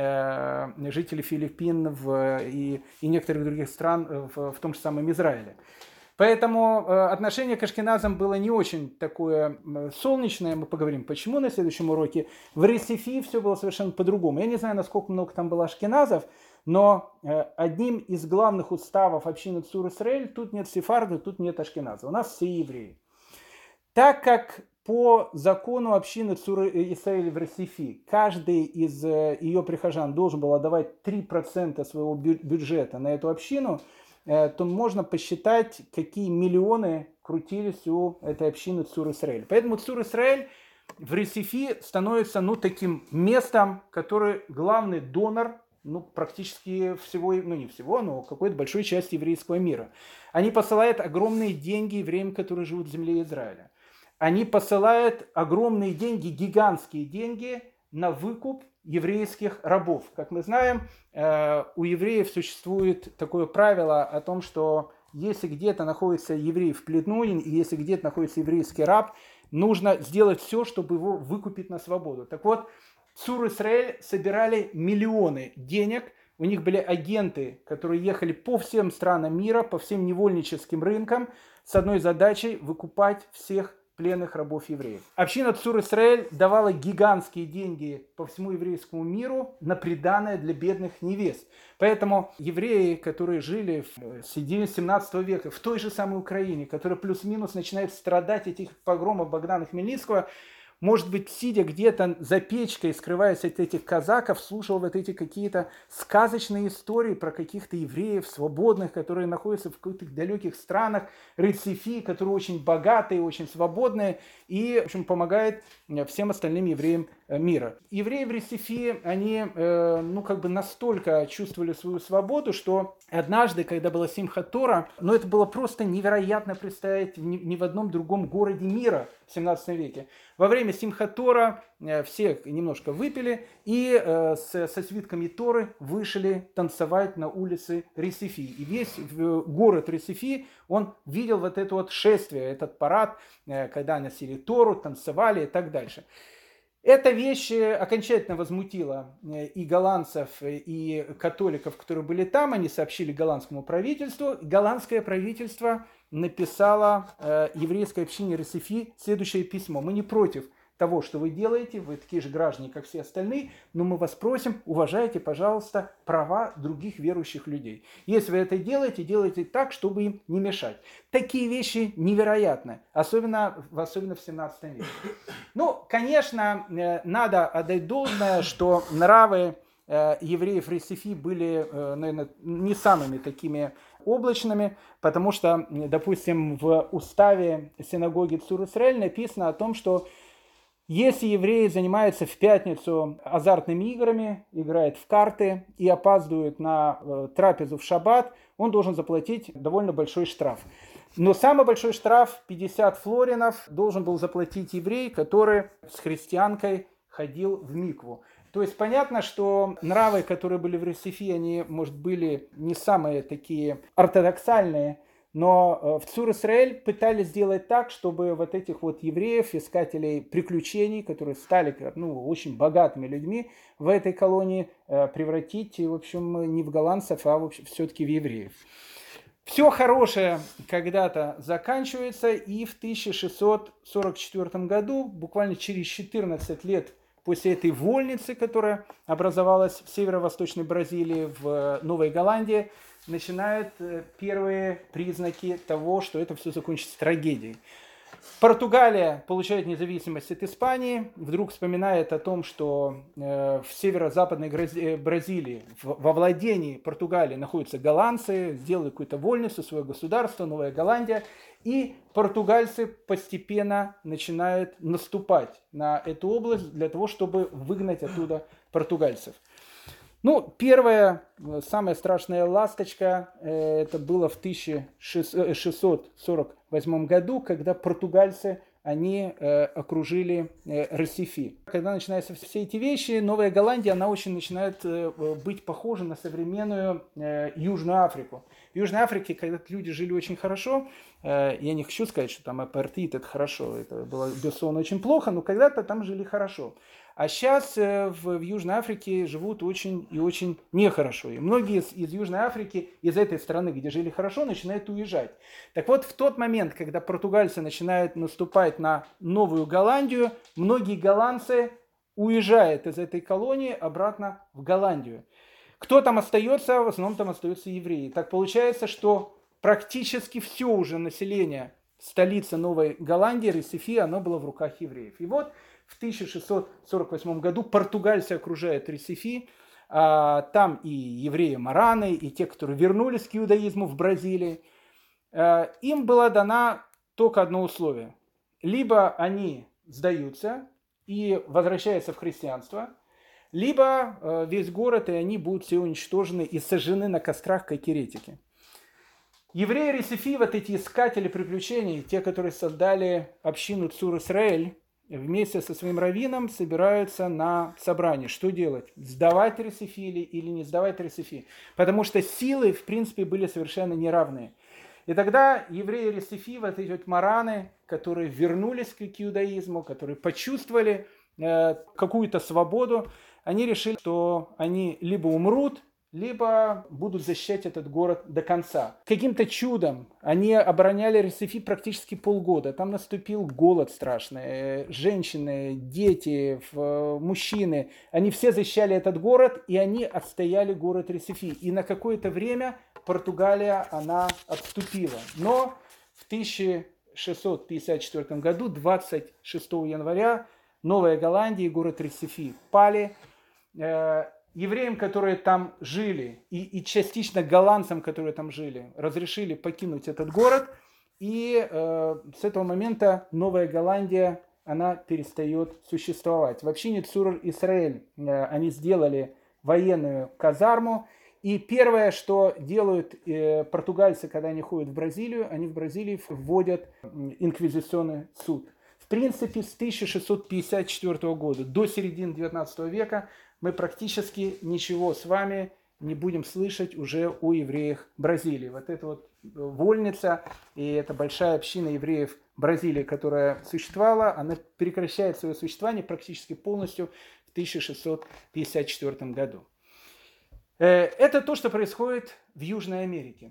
жители Филиппин и некоторых других стран, в том же самом Израиле. Поэтому отношение к ашкеназам было не очень такое солнечное. Мы поговорим, почему на следующем уроке. В Ресифи все было совершенно по-другому. Я не знаю, насколько много там было ашкеназов, но одним из главных уставов общины Цур Исраэль, тут нет сефарды, тут нет ашкеназа. У нас все евреи. Так как по закону общины Цур Исраэль в Ресифи каждый из ее прихожан должен был отдавать 3% своего бюджета на эту общину, то можно посчитать, какие миллионы крутились у этой общины Цур Исраэль. Поэтому Цур Исраэль в Ресифи становится таким местом, который главный донор практически всего, не всего, но какой-то большой части еврейского мира. Они посылают огромные деньги евреям, которые живут в земле Израиля. Они посылают огромные деньги, гигантские деньги на выкуп еврейских рабов. Как мы знаем, у евреев существует такое правило о том, что если где-то находится еврей в плену, и если где-то находится еврейский раб, нужно сделать все, чтобы его выкупить на свободу. Так вот, Цур Исраэль собирали миллионы денег. У них были агенты, которые ехали по всем странам мира, по всем невольническим рынкам с одной задачей – выкупать всех пленных рабов евреев. Община Цур Исраэль давала гигантские деньги по всему еврейскому миру на приданое для бедных невест. Поэтому евреи, которые жили в середине 17 века в той же самой Украине, которая плюс-минус начинает страдать этих погромов Богдана Хмельницкого, может быть, сидя где-то за печкой, скрываясь от этих казаков, слушал вот эти какие-то сказочные истории про каких-то евреев свободных, которые находятся в каких-то далеких странах, Ресифи, которые очень богатые, очень свободные и, в общем, помогает всем остальным евреям мира. Евреи в Ресифи, они, настолько чувствовали свою свободу, что однажды, когда была Симхат Тора, это было просто невероятно представить ни в одном другом городе мира в 17 веке. Во время Симхат Тора все немножко выпили и со свитками Торы вышли танцевать на улице Ресифи. И весь город Ресифи, он видел вот это вот шествие, этот парад, когда носили Тору, танцевали и так дальше. Эта вещь окончательно возмутила и голландцев, и католиков, которые были там. Они сообщили голландскому правительству. Голландское правительство написало еврейской общине Ресифи следующее письмо. Мы не против того, что вы делаете, вы такие же граждане, как все остальные, но мы вас просим, уважайте, пожалуйста, права других верующих людей. Если вы это делаете, делайте так, чтобы им не мешать. Такие вещи невероятны, особенно в 17 веке. Конечно, надо отдать должное, что нравы евреев Ресифи были, наверное, не самыми такими облачными, потому что, допустим, в уставе синагоги Цур Исраэль написано о том, что если евреи занимаются в пятницу азартными играми, играют в карты и опаздывают на трапезу в шаббат, он должен заплатить довольно большой штраф. Но самый большой штраф, 50 флоринов, должен был заплатить еврей, который с христианкой ходил в микву. То есть понятно, что нравы, которые были в Ресифи, они, может, были не самые такие ортодоксальные, но в Цур Исраэль пытались сделать так, чтобы вот этих вот евреев, искателей приключений, которые стали очень богатыми людьми в этой колонии, превратить, в общем, не в голландцев, а в общем, все-таки в евреев. Все хорошее когда-то заканчивается, и в 1644 году, буквально через 14 лет после этой вольницы, которая образовалась в северо-восточной Бразилии, в Новой Голландии, начинают первые признаки того, что это все закончится трагедией. Португалия получает независимость от Испании, вдруг вспоминает о том, что в северо-западной Бразилии, во владении Португалии находятся голландцы, сделали какую-то вольницу, свое государство, Новая Голландия, и португальцы постепенно начинают наступать на эту область для того, чтобы выгнать оттуда португальцев. Ну, первая, самая страшная ласточка, это было в 1648 году, когда португальцы, они окружили Ресифи. Когда начинаются все эти вещи, Новая Голландия, она очень начинает быть похожа на современную Южную Африку. В Южной Африке, когда люди жили очень хорошо, я не хочу сказать, что там апартеид это хорошо, это было, безусловно, очень плохо, но когда-то там жили хорошо. А сейчас в Южной Африке живут очень и очень нехорошо. И многие из Южной Африки, из этой страны, где жили хорошо, начинают уезжать. Так вот, в тот момент, когда португальцы начинают наступать на Новую Голландию, многие голландцы уезжают из этой колонии обратно в Голландию. Кто там остается? В основном там остаются евреи. Так получается, что практически все уже население столицы Новой Голландии, Ресифи, оно было в руках евреев. И вот в 1648 году португальцы окружают Ресифи, там и евреи Мараны, и те, которые вернулись к иудаизму в Бразилии. Им было дано только одно условие. Либо они сдаются и возвращаются в христианство, либо весь город, и они будут все уничтожены и сожжены на кострах, как еретики. Евреи Ресифи, вот эти искатели приключений, те, которые создали общину Цур Исраэль, вместе со своим раввином собираются на собрание. Что делать? Сдавать Ресифи или не сдавать Ресифи? Потому что силы, в принципе, были совершенно неравные. И тогда евреи Ресифи, вот эти вот мараны, которые вернулись к иудаизму, которые почувствовали какую-то свободу, они решили, что они либо умрут, либо будут защищать этот город до конца. Каким-то чудом они обороняли Ресифи практически полгода. Там наступил голод страшный. Женщины, дети, мужчины, они все защищали этот город, и они отстояли город Ресифи. И на какое-то время Португалия, она отступила. Но в 1654 году, 26 января, Новая Голландия и город Ресифи пали. Евреям, которые там жили, и частично голландцам, которые там жили, разрешили покинуть этот город. И с этого момента Новая Голландия, она перестает существовать. В общине Цур Исраэль они сделали военную казарму. И первое, что делают португальцы, когда они ходят в Бразилию, они в Бразилии вводят инквизиционный суд. В принципе, с 1654 года до середины 19 века мы практически ничего с вами не будем слышать уже о евреях Бразилии. Вот эта вот вольница и эта большая община евреев Бразилии, которая существовала, она прекращает свое существование практически полностью в 1654 году. Это то, что происходит в Южной Америке.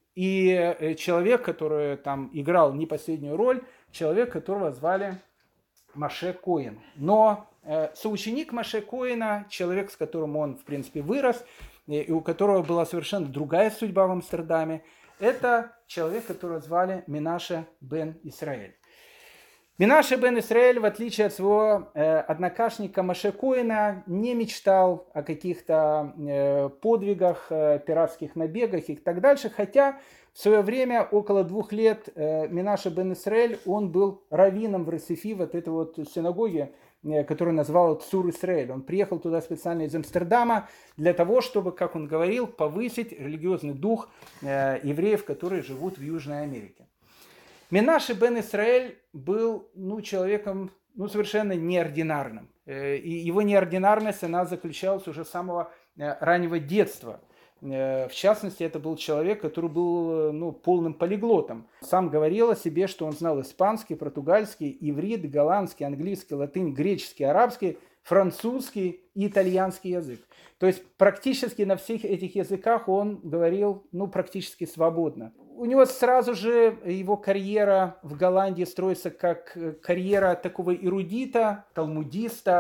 И человек, который там играл не последнюю роль, человек, которого звали Моше Коэн. Но соученик Моше Коэна, человек, с которым он, в принципе, вырос, и у которого была совершенно другая судьба в Амстердаме, это человек, которого звали Менаше бен Исраэль. Менаше бен Исраэль, в отличие от своего однокашника Моше Коэна, не мечтал о каких-то подвигах, пиратских набегах и так дальше, хотя в свое время, около 2 лет, Менаше бен Исраэль, он был раввином в Ресифи, вот этой вот синагоге, которую назвал Цур Исраэль. Он приехал туда специально из Амстердама для того, чтобы, как он говорил, повысить религиозный дух евреев, которые живут в Южной Америке. Менаше бен Исраэль был человеком совершенно неординарным. И его неординарность, она заключалась уже с самого раннего детства. В частности, это был человек, который был полным полиглотом. Сам говорил о себе, что он знал испанский, португальский, иврит, голландский, английский, латынь, греческий, арабский, французский и итальянский язык. То есть практически на всех этих языках он говорил практически свободно. У него сразу же его карьера в Голландии строится как карьера такого эрудита, талмудиста,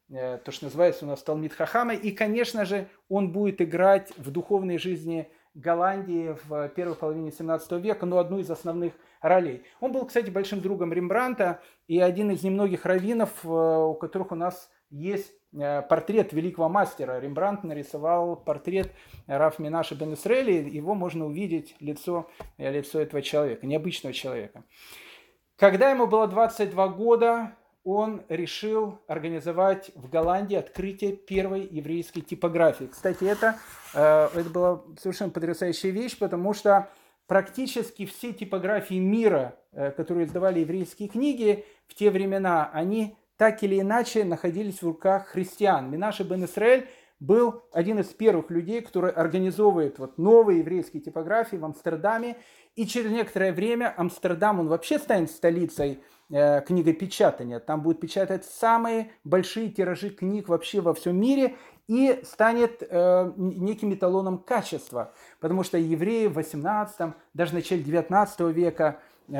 то, что называется у нас Талмид Хахама. И, конечно же, он будет играть в духовной жизни Голландии в первой половине 17 века, но одну из основных ролей. Он был, кстати, большим другом Рембрандта и один из немногих раввинов, у которых у нас есть портрет великого мастера. Рембрандт нарисовал портрет Рав Менаше бен Исраэля, его можно увидеть лицо этого человека, необычного человека. Когда ему было 22 года, он решил организовать в Голландии открытие первой еврейской типографии. Кстати, это была совершенно потрясающая вещь, потому что практически все типографии мира, которые издавали еврейские книги в те времена, они так или иначе находились в руках христиан. Менаше бен Исраэль был один из первых людей, который организовывает новые еврейские типографии в Амстердаме. И через некоторое время Амстердам, он вообще станет столицей книгопечатания. Там будут печатать самые большие тиражи книг вообще во всем мире и станет неким эталоном качества. Потому что евреи в 18, даже в начале 19 века,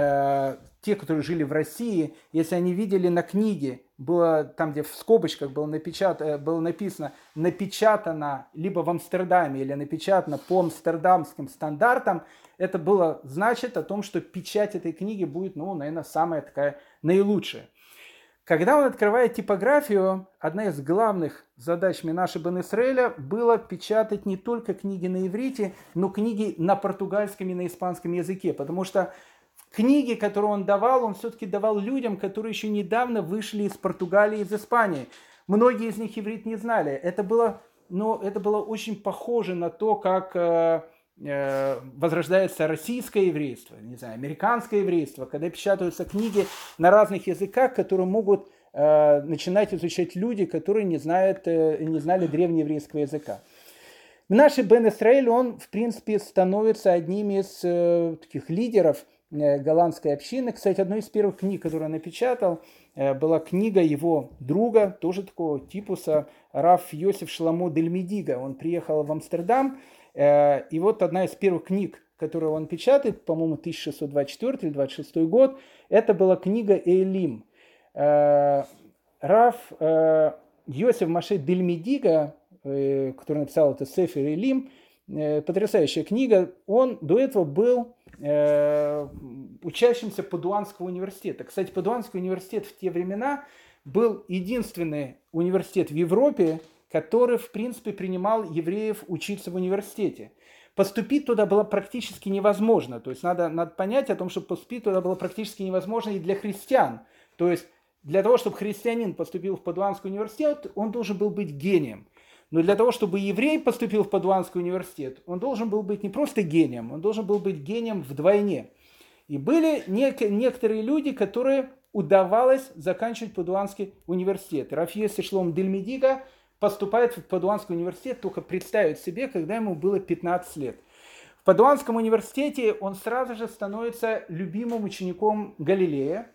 те, которые жили в России, если они видели на книге, было там, где в скобочках было написано «напечатано либо в Амстердаме» или «напечатано по амстердамским стандартам», это было значит о том, что печать этой книги будет, наверное, самая такая наилучшая. Когда он открывает типографию, одна из главных задач Менаше бен Исраэля было печатать не только книги на иврите, но книги на португальском и на испанском языке, потому что книги, которые он давал, он все-таки давал людям, которые еще недавно вышли из Португалии, из Испании. Многие из них иврит не знали. Это было очень похоже на то, как возрождается российское еврейство, не знаю, американское еврейство, когда печатаются книги на разных языках, которые могут начинать изучать люди, которые не знали древнееврейского языка. Менаше бен Исраэль, он, в принципе, становится одним из таких лидеров голландской общины. Кстати, одной из первых книг, которую он напечатал, была книга его друга, тоже такого типуса, Рав Йосеф Шламо дель Медига. Он приехал в Амстердам, и вот одна из первых книг, которую он печатает, по-моему, 1624 или 26 год, это была книга Эйлим. Рав Йосеф Маше дель Медига, который написал это Сефер Эйлим, потрясающая книга, он до этого был учащимся Падуанского университета. Кстати, Падуанский университет в те времена был единственный университет в Европе, который, в принципе, принимал евреев учиться в университете. Поступить туда было практически невозможно. То есть надо понять о том, что поступить туда было практически невозможно и для христиан. То есть для того, чтобы христианин поступил в Падуанский университет, он должен был быть гением. Но для того, чтобы еврей поступил в Падуанский университет, он должен был быть не просто гением, он должен был быть гением вдвойне. И были некоторые люди, которые удавалось заканчивать Падуанский университет. Рав Йосеф Шломо дель Медига поступает в Падуанский университет, только представить себе, когда ему было 15 лет. В Падуанском университете он сразу же становится любимым учеником Галилея.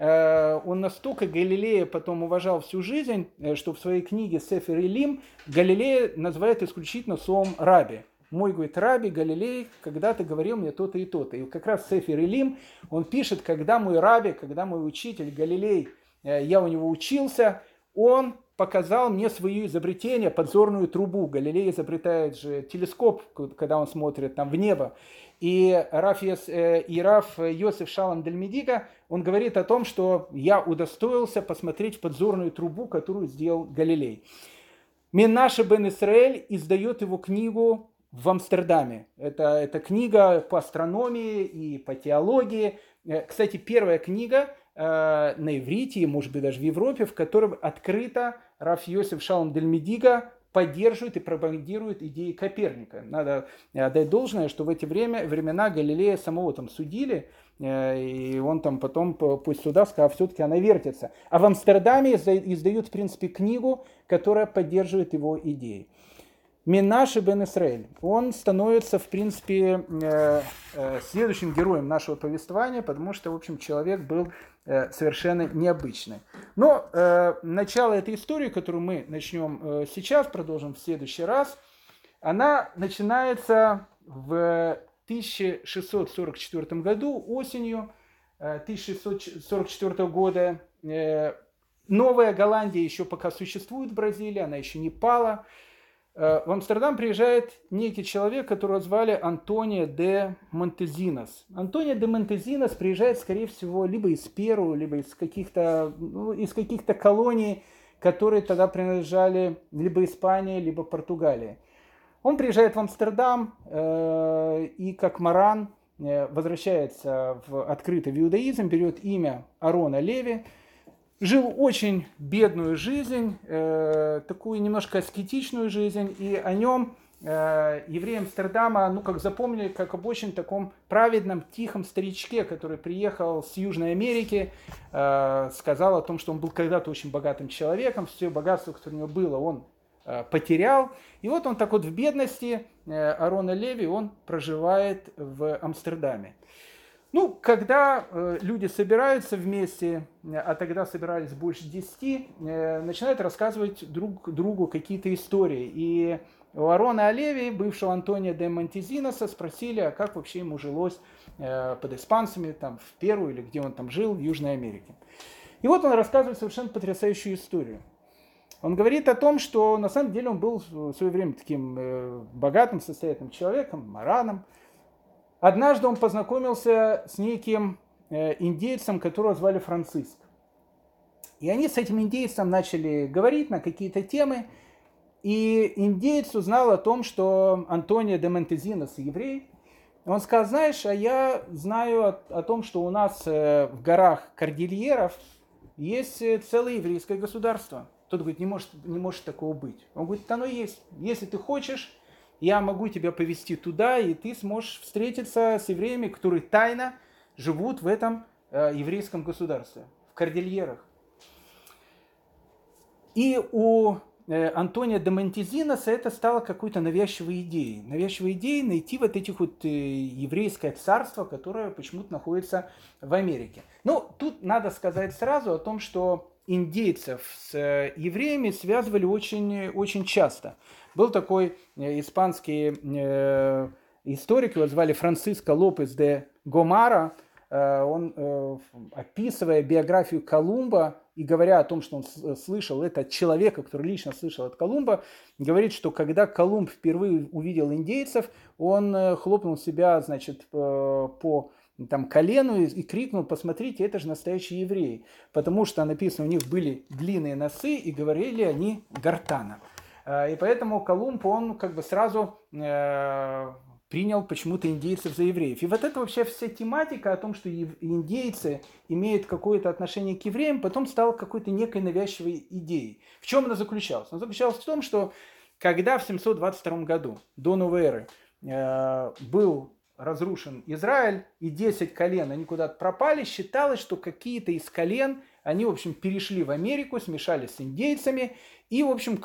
Он настолько Галилея потом уважал всю жизнь, что в своей книге Сефер Эйлим Галилея называет исключительно словом «раби». Мой, говорит, раби Галилей когда-то говорил мне то-то и то-то. И как раз Сефер Эйлим, он пишет, когда мой раби, когда мой учитель Галилей, я у него учился, он показал мне свое изобретение, подзорную трубу. Галилей изобретает же телескоп, когда он смотрит там в небо. И Рав Йосеф Шалом дель Медига, он говорит о том, что я удостоился посмотреть подзорную трубу, которую сделал Галилей. Менаше бен Исраэль издает его книгу в Амстердаме. Это книга по астрономии и по теологии. Кстати, первая книга на иврите, может быть даже в Европе, в которой открыто Рав Йосеф Шалом дель Медига поддерживает и пропагандирует идеи Коперника. Надо отдать должное, что в эти времена Галилея самого там судили, и он там потом после суда сказал, все-таки она вертится. А в Амстердаме издают, в принципе, книгу, которая поддерживает его идеи. Менаше бен Исраэль, он становится, в принципе, следующим героем нашего повествования, потому что, в общем, человек был совершенно необычный. Но начало этой истории, которую мы начнем сейчас, продолжим в следующий раз, она начинается в 1644 году, осенью 1644 года. Новая Голландия еще пока существует в Бразилии, она еще не пала. В Амстердам приезжает некий человек, которого звали Антонио де Монтезинос. Антонио де Монтезинос приезжает, скорее всего, либо из Перу, либо из каких-то колоний, которые тогда принадлежали либо Испании, либо Португалии. Он приезжает в Амстердам и как маран возвращается в открытый в иудаизм, берет имя Арона Леви. Жил очень бедную жизнь, такую немножко аскетичную жизнь, и о нем евреи Амстердама, запомнили, как об очень таком праведном, тихом старичке, который приехал с Южной Америки, сказал о том, что он был когда-то очень богатым человеком, все богатство, которое у него было, он потерял. И вот он так вот в бедности, Арона Леви, он проживает в Амстердаме. Когда люди собираются вместе, а тогда собирались больше 10, начинают рассказывать друг другу какие-то истории. И у Арона Леви, бывшего Антонио де Монтезиноса, спросили, а как вообще ему жилось под испанцами, там, в Перу или где он там жил, в Южной Америке. И вот он рассказывает совершенно потрясающую историю. Он говорит о том, что на самом деле он был в свое время таким богатым, состоятельным человеком, мараном. Однажды он познакомился с неким индейцем, которого звали Франциск. И они с этим индейцем начали говорить на какие-то темы. И индеец узнал о том, что Антонио де Монтезинос еврей. Он сказал, знаешь, а я знаю о том, что у нас в горах Кордильеров есть целое еврейское государство. Тот говорит, не может такого быть. Он говорит, оно есть. Если ты хочешь, я могу тебя повезти туда, и ты сможешь встретиться с евреями, которые тайно живут в этом еврейском государстве, в Кордильерах. И у Антонио де Монтезиноса это стало какой-то навязчивой идеей. Навязчивой идеей найти вот этих вот еврейское царство, которое почему-то находится в Америке. Тут надо сказать сразу о том, что индейцев с евреями связывали очень, очень часто. Был такой испанский историк, его звали Франциско Лопес де Гомара. Он, описывая биографию Колумба и говоря о том, что он слышал это от человека, который лично слышал от Колумба, говорит, что когда Колумб впервые увидел индейцев, он хлопнул себя, по колену и крикнул, посмотрите, это же настоящие евреи. Потому что написано, у них были длинные носы и говорили они гортаном. И поэтому Колумб, он сразу принял почему-то индейцев за евреев. И вот это вообще вся тематика о том, что индейцы имеют какое-то отношение к евреям, потом стала какой-то некой навязчивой идеей. В чем она заключалась? Она заключалась в том, что когда в 722 году до новой эры был разрушен Израиль, и 10 колен, они куда-то пропали, считалось, что какие-то из колен, они, в общем, перешли в Америку, смешались с индейцами, и, в общем,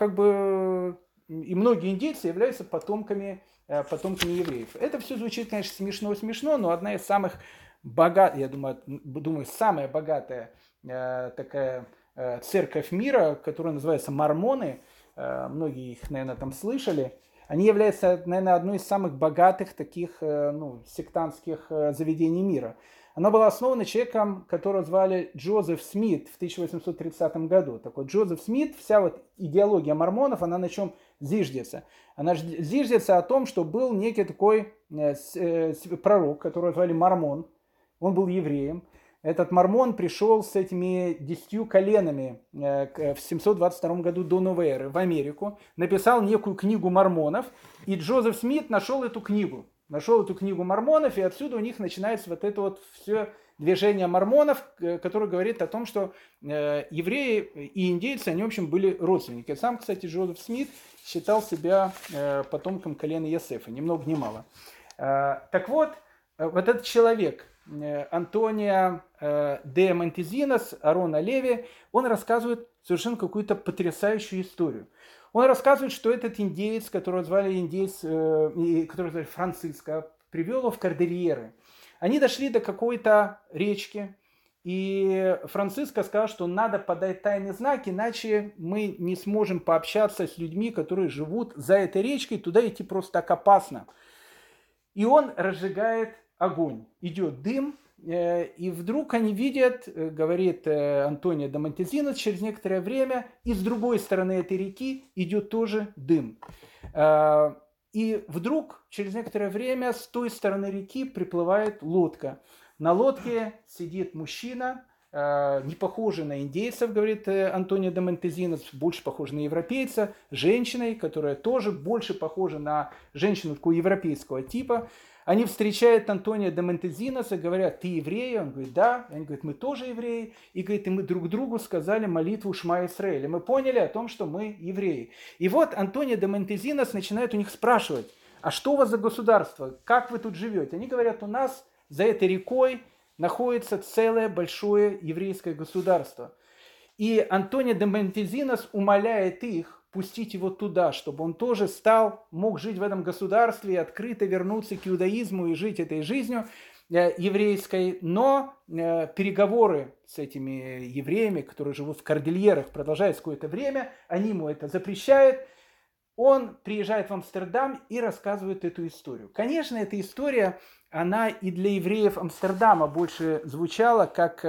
и многие индейцы являются потомками евреев. Это все звучит, конечно, смешно, но одна из самых богатых, я думаю, самая богатая такая церковь мира, которая называется Мормоны, многие их, наверное, там слышали, они являются, наверное, одной из самых богатых таких сектантских заведений мира. Она была основана человеком, которого звали Джозеф Смит в 1830 году. Так вот, Джозеф Смит, вся вот идеология мормонов, она на чем зиждется? Она зиждется о том, что был некий такой пророк, которого звали Мормон. Он был евреем. Этот Мормон пришел с этими 10 коленами в 722 году до новой эры в Америку, написал некую книгу мормонов, и Джозеф Смит нашел эту книгу мормонов, и отсюда у них начинается вот это вот все движение мормонов, которое говорит о том, что евреи и индейцы, они, в общем, были родственники. Сам, кстати, Джозеф Смит считал себя потомком колена Иосифа, ни много ни мало. Так вот, вот этот человек, Антонио де Монтезинос, Арона Леви, он рассказывает совершенно какую-то потрясающую историю. Он рассказывает, что этот индеец, которого звали Франциско, привел его в Кордильеры. Они дошли до какой-то речки, и Франциско сказал, что надо подать тайный знак, иначе мы не сможем пообщаться с людьми, которые живут за этой речкой, туда идти просто так опасно. И он разжигает огонь. Идет дым, и вдруг они видят, говорит Антонио де Монтезинос, через некоторое время, и с другой стороны этой реки идет тоже дым. И вдруг, через некоторое время, с той стороны реки приплывает лодка. На лодке сидит мужчина, не похожий на индейцев, говорит Антонио де Монтезинос, больше похож на европейца, женщиной, которая тоже больше похожа на женщину такого европейского типа. Они встречают Антонио де Монтезиноса, говорят: ты еврей? Он говорит: да. Они говорят: мы тоже евреи. И говорит: и мы друг другу сказали молитву Шма Исраэль. И мы поняли о том, что мы евреи. И вот Антонио де Монтезинос начинает у них спрашивать: а что у вас за государство? Как вы тут живете? Они говорят: у нас за этой рекой находится целое большое еврейское государство. И Антонио де Монтезинос умоляет их пустить его туда, чтобы он тоже мог жить в этом государстве и открыто вернуться к иудаизму и жить этой жизнью еврейской. Но переговоры с этими евреями, которые живут в Кордильерах, продолжаются какое-то время, они ему это запрещают. Он приезжает в Амстердам и рассказывает эту историю. Конечно, эта история, она и для евреев Амстердама больше звучала, как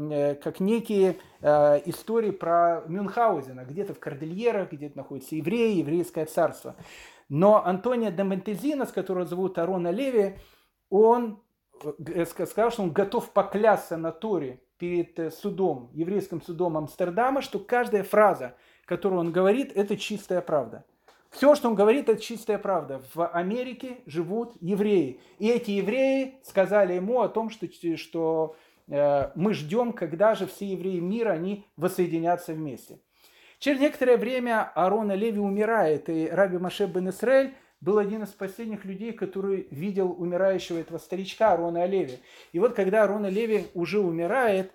некие истории про Мюнхгаузена. Где-то в Кордильерах, где-то находятся евреи, еврейское царство. Но Антонио де Монтезинос, которого зовут Арон Алеви, он сказал, что он готов поклясться на Торе перед судом, еврейским судом Амстердама, что каждая фраза, которую он говорит, это чистая правда. Все, что он говорит, это чистая правда. В Америке живут евреи. И эти евреи сказали ему о том, что мы ждем, когда же все евреи мира, они воссоединятся вместе. Через некоторое время Арон Алеви умирает, и Раби Моше бен Исраэль был один из последних людей, который видел умирающего этого старичка Арона Алеви. И вот когда Арон Алеви уже умирает,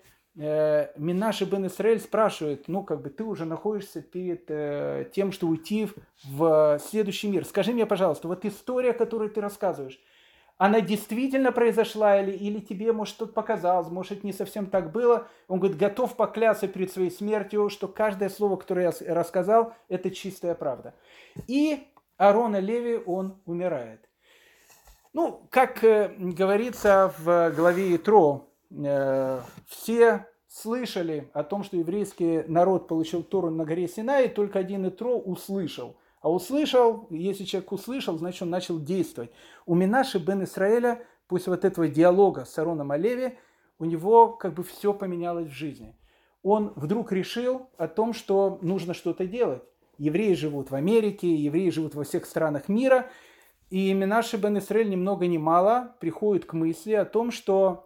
Менаше бен Исраэль спрашивает: ты уже находишься перед тем, что уйти в следующий мир. Скажи мне, пожалуйста, вот история, которую ты рассказываешь, она действительно произошла или тебе, может, что-то показалось, может, это не совсем так было? Он говорит: готов поклясться перед своей смертью, что каждое слово, которое я рассказал, это чистая правда. И Арон Алеви, он умирает. Как говорится в главе Итро, все слышали о том, что еврейский народ получил Тору на горе Синай, и только один Итро услышал. А услышал, если человек услышал, значит, он начал действовать. У Менаше бен Исраэля, после вот этого диалога с Ароном Алеви, у него все поменялось в жизни. Он вдруг решил о том, что нужно что-то делать. Евреи живут в Америке, евреи живут во всех странах мира, и Менаше бен Исраэль ни много ни мало приходит к мысли о том, что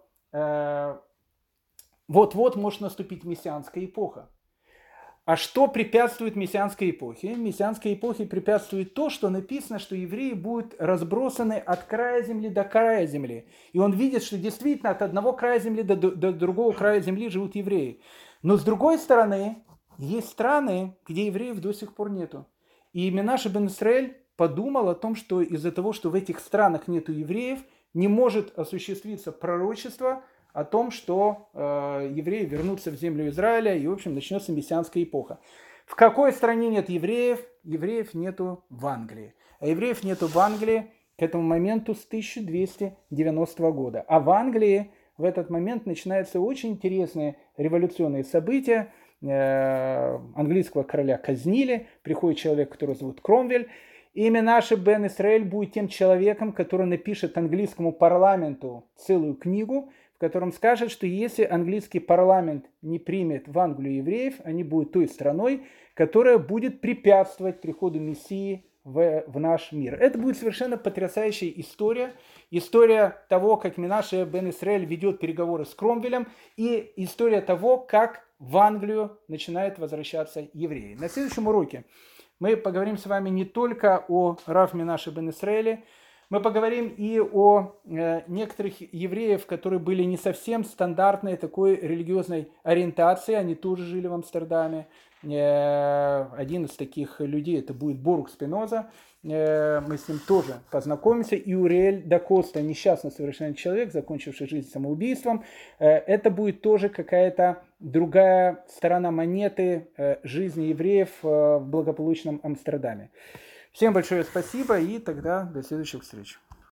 вот-вот может наступить мессианская эпоха. А что препятствует мессианской эпохе? Мессианской эпохе препятствует то, что написано, что евреи будут разбросаны от края земли до края земли. И он видит, что действительно от одного края земли до другого края земли живут евреи. Но с другой стороны, есть страны, где евреев до сих пор нету. И Менаше бен Исраэль подумал о том, что из-за того, что в этих странах нету евреев, не может осуществиться пророчество о том, что евреи вернутся в землю Израиля, и, в общем, начнется мессианская эпоха. В какой стране нет евреев? Евреев нету в Англии. А евреев нету в Англии к этому моменту с 1290 года. А в Англии в этот момент начинаются очень интересные революционные события. Английского короля казнили, приходит человек, которого зовут Кромвель. И Менаше бен Исраэль будет тем человеком, который напишет английскому парламенту целую книгу, в котором скажет, что если английский парламент не примет в Англию евреев, они будут той страной, которая будет препятствовать приходу Мессии в наш мир. Это будет совершенно потрясающая история. История того, как Менаше бен Исраэль ведет переговоры с Кромвелем, и история того, как в Англию начинают возвращаться евреи. На следующем уроке мы поговорим с вами не только о Рав Менаше бен Исраэле, мы поговорим и о некоторых евреев, которые были не совсем стандартной такой религиозной ориентации, они тоже жили в Амстердаме. Один из таких людей это будет Борух Спиноза, мы с ним тоже познакомимся. И Уриэль да Коста, несчастный совершенно человек, закончивший жизнь самоубийством. Это будет тоже какая-то другая сторона монеты жизни евреев в благополучном Амстердаме. Всем большое спасибо и тогда до следующих встреч.